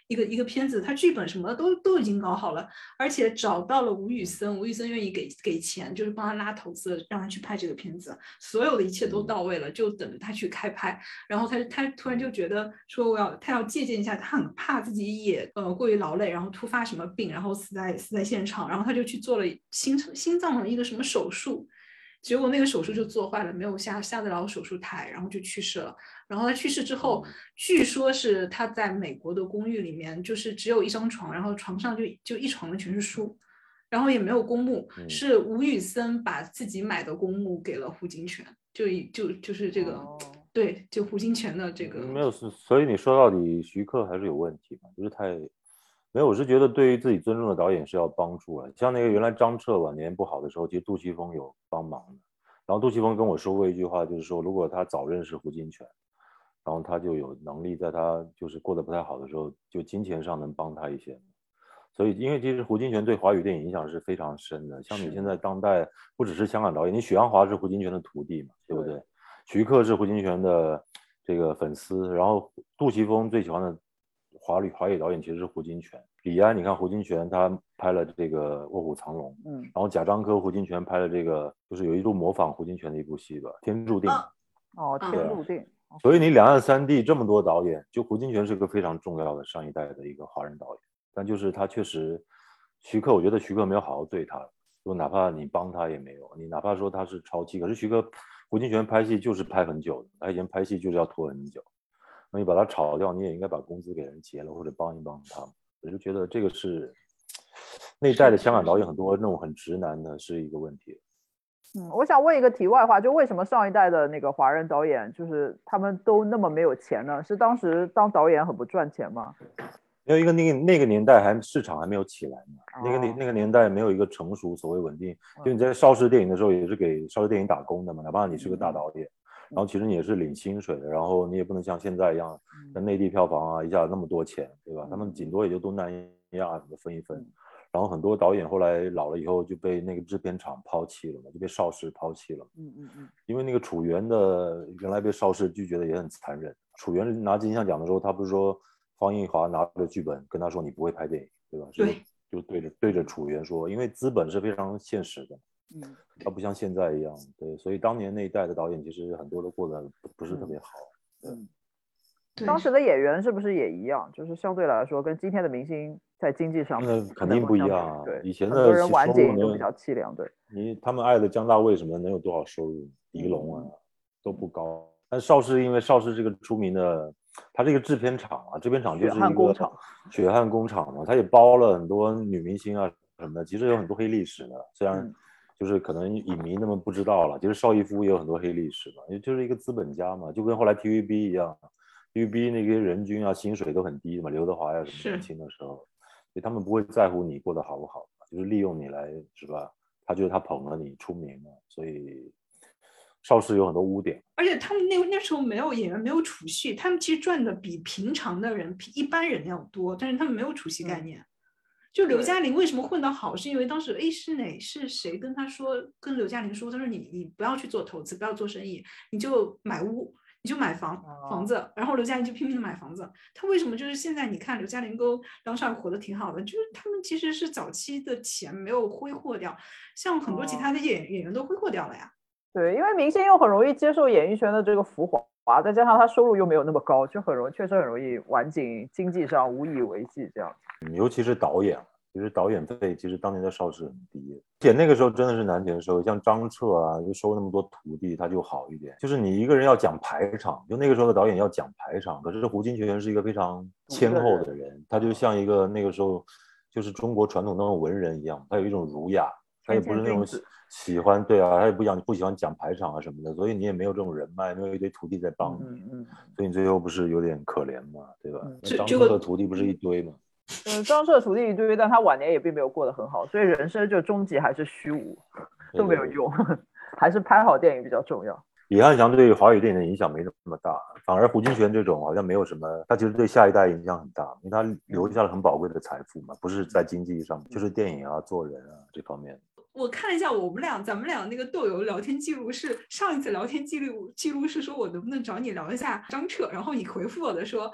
一个一个片子，他剧本什么的都都已经搞好了，而且找到了吴宇森，吴宇森愿意给给钱，就是帮他拉投资，让他去拍这个片子，所有的一切都到位了，就等着他去开拍。然后他他突然就觉得说我要他要借鉴一下，他很怕自己也呃过于劳累，然后突发什么病，然后死在死在现场，然后他就去做了心心脏的一个什么手术。结果那个手术就做坏了，没有下下得了手术台，然后就去世了。然后他去世之后，据说是他在美国的公寓里面，就是只有一张床，然后床上就就一床的全是书，然后也没有公墓， 嗯、 是吴宇森把自己买的公墓给了胡金铨，就就就是这个、哦、对，就胡金铨的这个没有，所以你说到底徐克还是有问题嘛，就是太。没有，我是觉得对于自己尊重的导演是要帮助啊。像那个原来张彻晚年不好的时候，其实杜琪峰有帮忙的。然后杜琪峰跟我说过一句话，就是说如果他早认识胡金铨，然后他就有能力在他就是过得不太好的时候，就金钱上能帮他一些。所以因为其实胡金铨对华语电影影响是非常深的。像你现在当代不只是香港导演，你许鞍华是胡金铨的徒弟嘛，对不对？徐克是胡金铨的这个粉丝，然后杜琪峰最喜欢的华语华语导演其实是胡金铨。李安，你看胡金铨他拍了这个《卧虎藏龙》，嗯，然后贾樟柯、胡金铨拍了这个，就是有一度模仿胡金铨的一部戏吧，《天注定》。 哦，《天注定》。 所以你两岸三地这么多导演，就胡金铨是个非常重要的上一代的一个华人导演，但就是他确实，徐克，我觉得徐克没有好好对他，就哪怕你帮他也没有，你哪怕说他是超期，可是徐克、胡金铨拍戏就是拍很久的，他以前拍戏就是要拖很久，那你把他炒掉，你也应该把工资给人结了，或者帮一帮他。我就觉得这个是那一代的香港导演很多那种很直男的是一个问题。 嗯，我想问一个题外话，就为什么上一代的那个华人导演就是他们都那么没有钱呢？是当时当导演很不赚钱吗？ 因为一个那个那个年代还市场还没有起来嘛，哦、那个那那个年代没有一个成熟所谓稳定，就你在邵氏电影的时候也是给邵氏电影打工的嘛，哪怕你是个大导演。嗯，然后其实你也是领薪水的，然后你也不能像现在一样，在内地票房啊一下那么多钱，对吧？他们顶多也就东南亚什么分一分。然后很多导演后来老了以后就被那个制片厂抛弃了嘛，就被邵氏抛弃了。嗯嗯嗯。因为那个楚原的原来被邵氏拒绝的也很残忍。楚原拿金像奖的时候，他不是说方逸华拿着剧本跟他说你不会拍电影，对吧？ 对。 就对着对着楚原说，因为资本是非常现实的。嗯，他不像现在一样，对，所以当年那一代的导演其实很多都过得不是特别好。 嗯，当时的演员是不是也一样？就是相对来说，跟今天的明星在经济上那肯定不一样啊。 对， 以前的很多人晚景都比较凄凉。对， 你他们爱的姜大卫什么能有多少收入？狄龙啊、嗯、都不高。但邵氏因为邵氏这个出名的，它这个制片厂啊，制片厂就是一个血汗工厂，血汗工厂嘛，它也包了很多女明星啊什么的，其实有很多黑历史的，虽然。嗯，就是可能影迷那么不知道了，其实邵逸夫也有很多黑历史嘛，因为就是一个资本家嘛，就跟后来 T V B 一样 ，T V B 那个人均啊薪水都很低嘛，刘德华呀什么年轻的时候，所以他们不会在乎你过得好不好，就是利用你来是吧？他觉得他捧了你出名了，所以邵氏有很多污点。 而且他们那那时候没有演员，没有储蓄，他们其实赚的比平常的人、一般人要多，但是他们没有储蓄概念。嗯，就刘嘉玲为什么混得好，是因为当时哎是哪是谁跟他说，跟刘嘉玲说，他说你你不要去做投资，不要做生意，你就买屋，你就买房房子，然后刘嘉玲就拼命的买房子。他为什么就是现在你看刘嘉玲跟梁少活得挺好的，就是他们其实是早期的钱没有挥霍掉，像很多其他的演演员都挥霍掉了呀。 对，因为明星又很容易接受演艺圈的这个浮华，再加上他收入又没有那么高，就很容易确实很容易晚景经济上无以为继这样。 尤其是导演，其实导演费其实当年在邵氏很低，而且那个时候真的是难钱收，像张彻啊就收那么多徒弟，他就好一点。就是你一个人要讲排场，就那个时候的导演要讲排场，可是胡金铨是一个非常谦厚的人，他就像一个那个时候就是中国传统那种文人一样，他有一种儒雅，他也不是那种喜欢对啊，他也不讲不喜欢讲排场啊什么的，所以你也没有这种人脉，没有一堆徒弟在帮你，嗯嗯，所以你最后不是有点可怜嘛，对吧？嗯、张彻的徒弟不是一堆嘛？ 嗯，张彻徒弟一堆，但他晚年也并没有过得很好，所以人生就终极还是虚无，都没有用，还是拍好电影比较重要。 李翰祥对华语电影的影响没那么大，反而胡金铨这种好像没有什么，他其实对下一代影响很大，因为他留下了很宝贵的财富嘛，不是在经济上，就是电影啊、做人啊这方面。 我看了一下我们俩，咱们俩那个豆友聊天记录是上一次聊天记录记录是说我能不能找你聊一下张彻，然后你回复我的说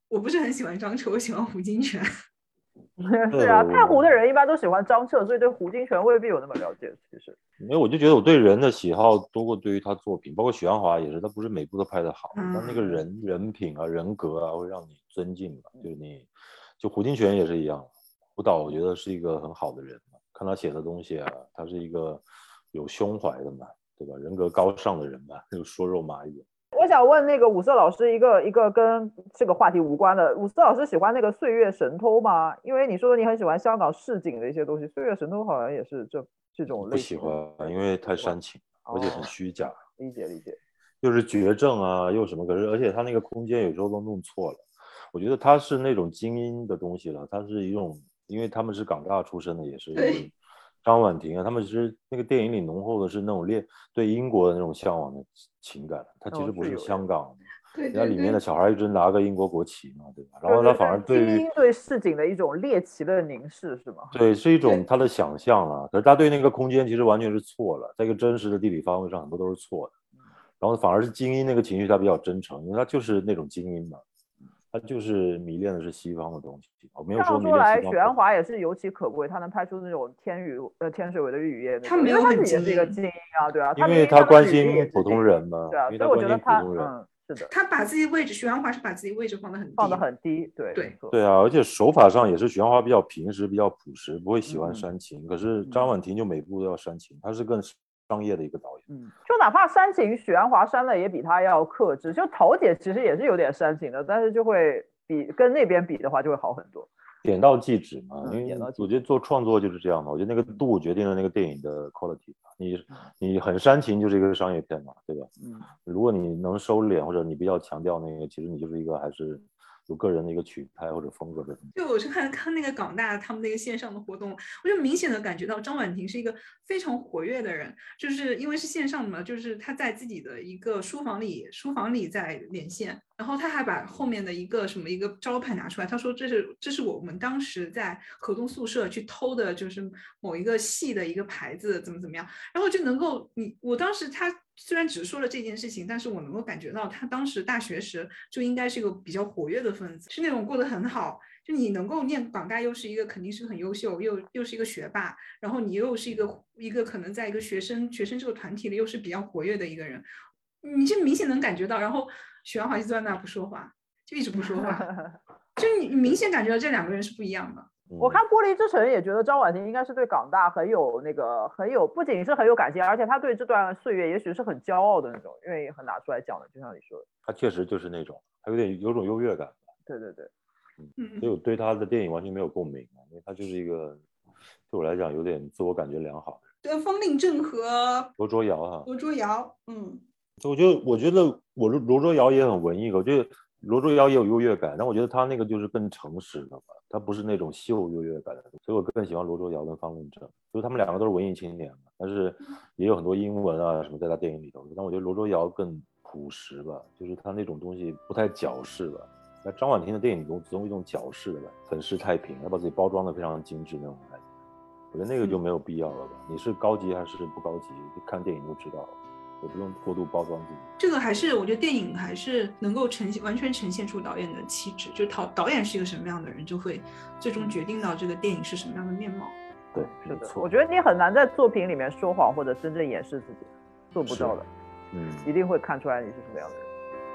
我不是很喜欢张彻，我喜欢胡金铨。 对啊，看胡的人一般都喜欢张彻，所以对胡金铨未必有那么了解。其实， 因为我就觉得我对人的喜好多过对于他作品，包括许鞍华也是，他不是每部都拍得好， 嗯、 但那个人人品啊、人格啊，会让你尊敬嘛。就是你，就胡金铨也是一样，胡导我觉得是一个很好的人嘛，看他写的东西啊，他是一个有胸怀的嘛，对吧？人格高尚的人嘛，就说肉麻一点。 我想问那个五色老师一个一个跟这个话题无关的，五色老师喜欢那个《岁月神偷》吗？因为你说你很喜欢香港市井的一些东西，《岁月神偷》好像也是这这种类型。 不喜欢，因为太煽情，而且很虚假。 哦、理解理解。 又是绝症啊，又什么？可是而且他那个空间有时候都弄错了。我觉得他是那种精英的东西了，他是一种，因为他们是港大出身的，也是。 对。 张婉婷啊，他们其实那个电影里浓厚的是那种恋对英国的那种向往的情感，他其实不是香港的。 对， 那里面的小孩一直拿个英国国旗嘛，对吧？然后他反而对于对市井的一种猎奇的凝视，是吗？ 对，是一种他的想象了。可是他对那个空间其实完全是错了，在一个真实的地理方位上，很多都是错的。然后反而是精英那个情绪，他比较真诚，因为他就是那种精英嘛。他就是迷恋的是西方的东西，我没有说迷恋西方。 这样说来，许鞍华也是尤其可贵，他能拍出那种天雨呃天水围的雨夜， 他没有很精英，是一个精英啊，对啊， 因为他关心普通人嘛， 对啊， 因为他关心普通人， 嗯，是的， 他把自己位置，许鞍华是把自己位置放得很低， 放得很低，对对对啊，而且手法上也是许鞍华比较平实，比较朴实，不会喜欢煽情，嗯、可是张婉婷就每部都要煽情，他是更商业的一个导演， 嗯，就哪怕煽情，许鞍华煽的也比他要克制，就桃姐其实也是有点煽情的，但是就会。比跟那边比的话就会好很多， 点到即止嘛。 嗯、 因为我觉得做创作就是这样嘛，我觉得那个度决定了那个电影的 quality。你你很煽情就是一个商业片嘛，对吧？嗯，如果你能收敛或者你比较强调那个，其实你就是一个还是有个人的一个曲派或者风格的。 就我是看看那个港大他们那个线上的活动，我就明显的感觉到张婉婷是一个非常活跃的人，就是因为是线上的嘛，就是他在自己的一个书房里，书房里在连线。然后他还把后面的一个什么一个招牌拿出来，他说这是这是我们当时在河东宿舍去偷的，就是某一个系的一个牌子，怎么怎么样，然后就能够你我当时他虽然只说了这件事情，但是我能够感觉到他当时大学时就应该是一个比较活跃的分子，是那种过得很好，就你能够念港大又是一个肯定是很优秀，又又是一个学霸，然后你又是一个一个可能在一个学生学生这个团体里又是比较活跃的一个人，你就明显能感觉到，然后许鞍华就坐在那不说话，就一直不说话，就你明显感觉到这两个人是不一样的。 我看《玻璃之城》也觉得张婉婷应该是对港大很有那个很有，不仅是很有感情，而且他对这段岁月也许是很骄傲的那种，愿意很拿出来讲的，就像你说的。 他确实就是那种，他有点有种优越感。 对对对， 嗯，所以我对他的电影完全没有共鸣，因为他就是一个对我来讲有点自我感觉良好的人。对，方令正和罗卓瑶哈， 罗卓瑶，嗯。 我觉得，我觉得我罗卓瑶也很文艺，我觉得罗卓瑶也有优越感，但我觉得他那个就是更诚实的吧，他不是那种秀优越感的，所以我更喜欢罗卓瑶跟方令正，就是他们两个都是文艺青年嘛，但是也有很多英文啊什么在他电影里头，但我觉得罗卓瑶更朴实吧，就是他那种东西不太矫饰吧。那张婉婷的电影中总有一种矫饰的吧，粉饰太平，要把自己包装的非常精致那种感觉，我觉得那个就没有必要了吧。你是高级还是不高级，看电影就知道了。也不用过度包装自己， 这个还是我觉得电影还是能够呈现完全呈现出导演的气质，就导导演是一个什么样的人，就会最终决定到这个电影是什么样的面貌。 对， 是的，我觉得你很难在作品里面说谎或者真正掩饰自己，做不到的。嗯，一定会看出来你是什么样的人。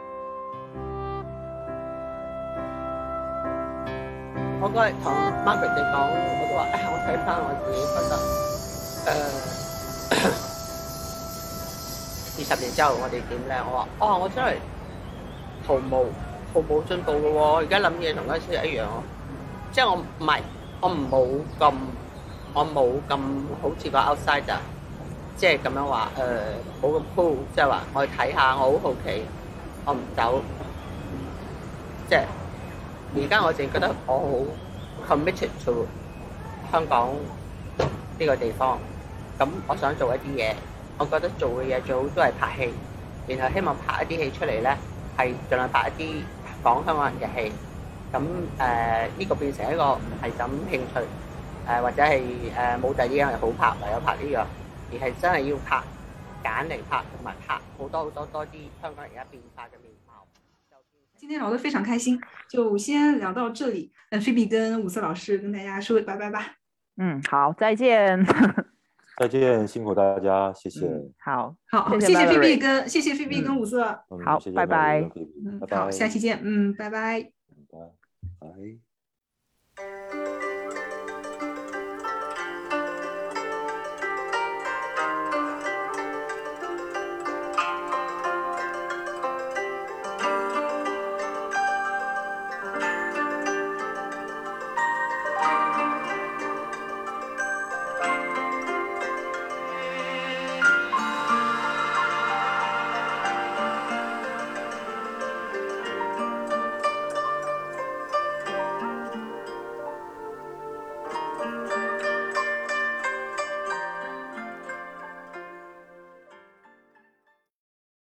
我嗰日同 Margaret 哋講，我都話：誒，我睇翻我自己覺得，誒、呃。二十年之後我哋點咧？我話：哦，我真係毫無毫無進步嘅喎，而家諗嘢同嗰陣時一樣咯。即係我唔係，我唔冇咁，我冇咁好似個 outsider，即係咁樣話誒，冇咁 cool，即係話我去睇下，我好好奇，我唔走。即係而家我淨覺得我好 committed to 香港呢個地方，咁我想做一啲嘢。我覺得做嘅嘢最好都係拍戲，然後希望拍一啲戲出嚟咧，係盡量拍一啲講香港人嘅戲。咁誒呢個變成一個唔係咁興趣，誒、呃、或者係誒冇第二啲嘢好拍，唯有拍呢樣，而係真係要拍揀嚟拍，同埋拍好多好多多啲香港人而家變化嘅面貌。 今天聊得非常开心，就先聊到这里。嗯，菲比跟伍瑟老师跟大家说拜拜吧。 嗯，好，再见。 再见，辛苦大家，谢谢。 嗯、好， 好， 谢谢谢菲比 Valerie 跟谢谢菲比跟伍瑟。 嗯、 好， 谢谢拜拜。 嗯， 嗯， 拜拜。 好，下期见。嗯，拜拜。 拜拜。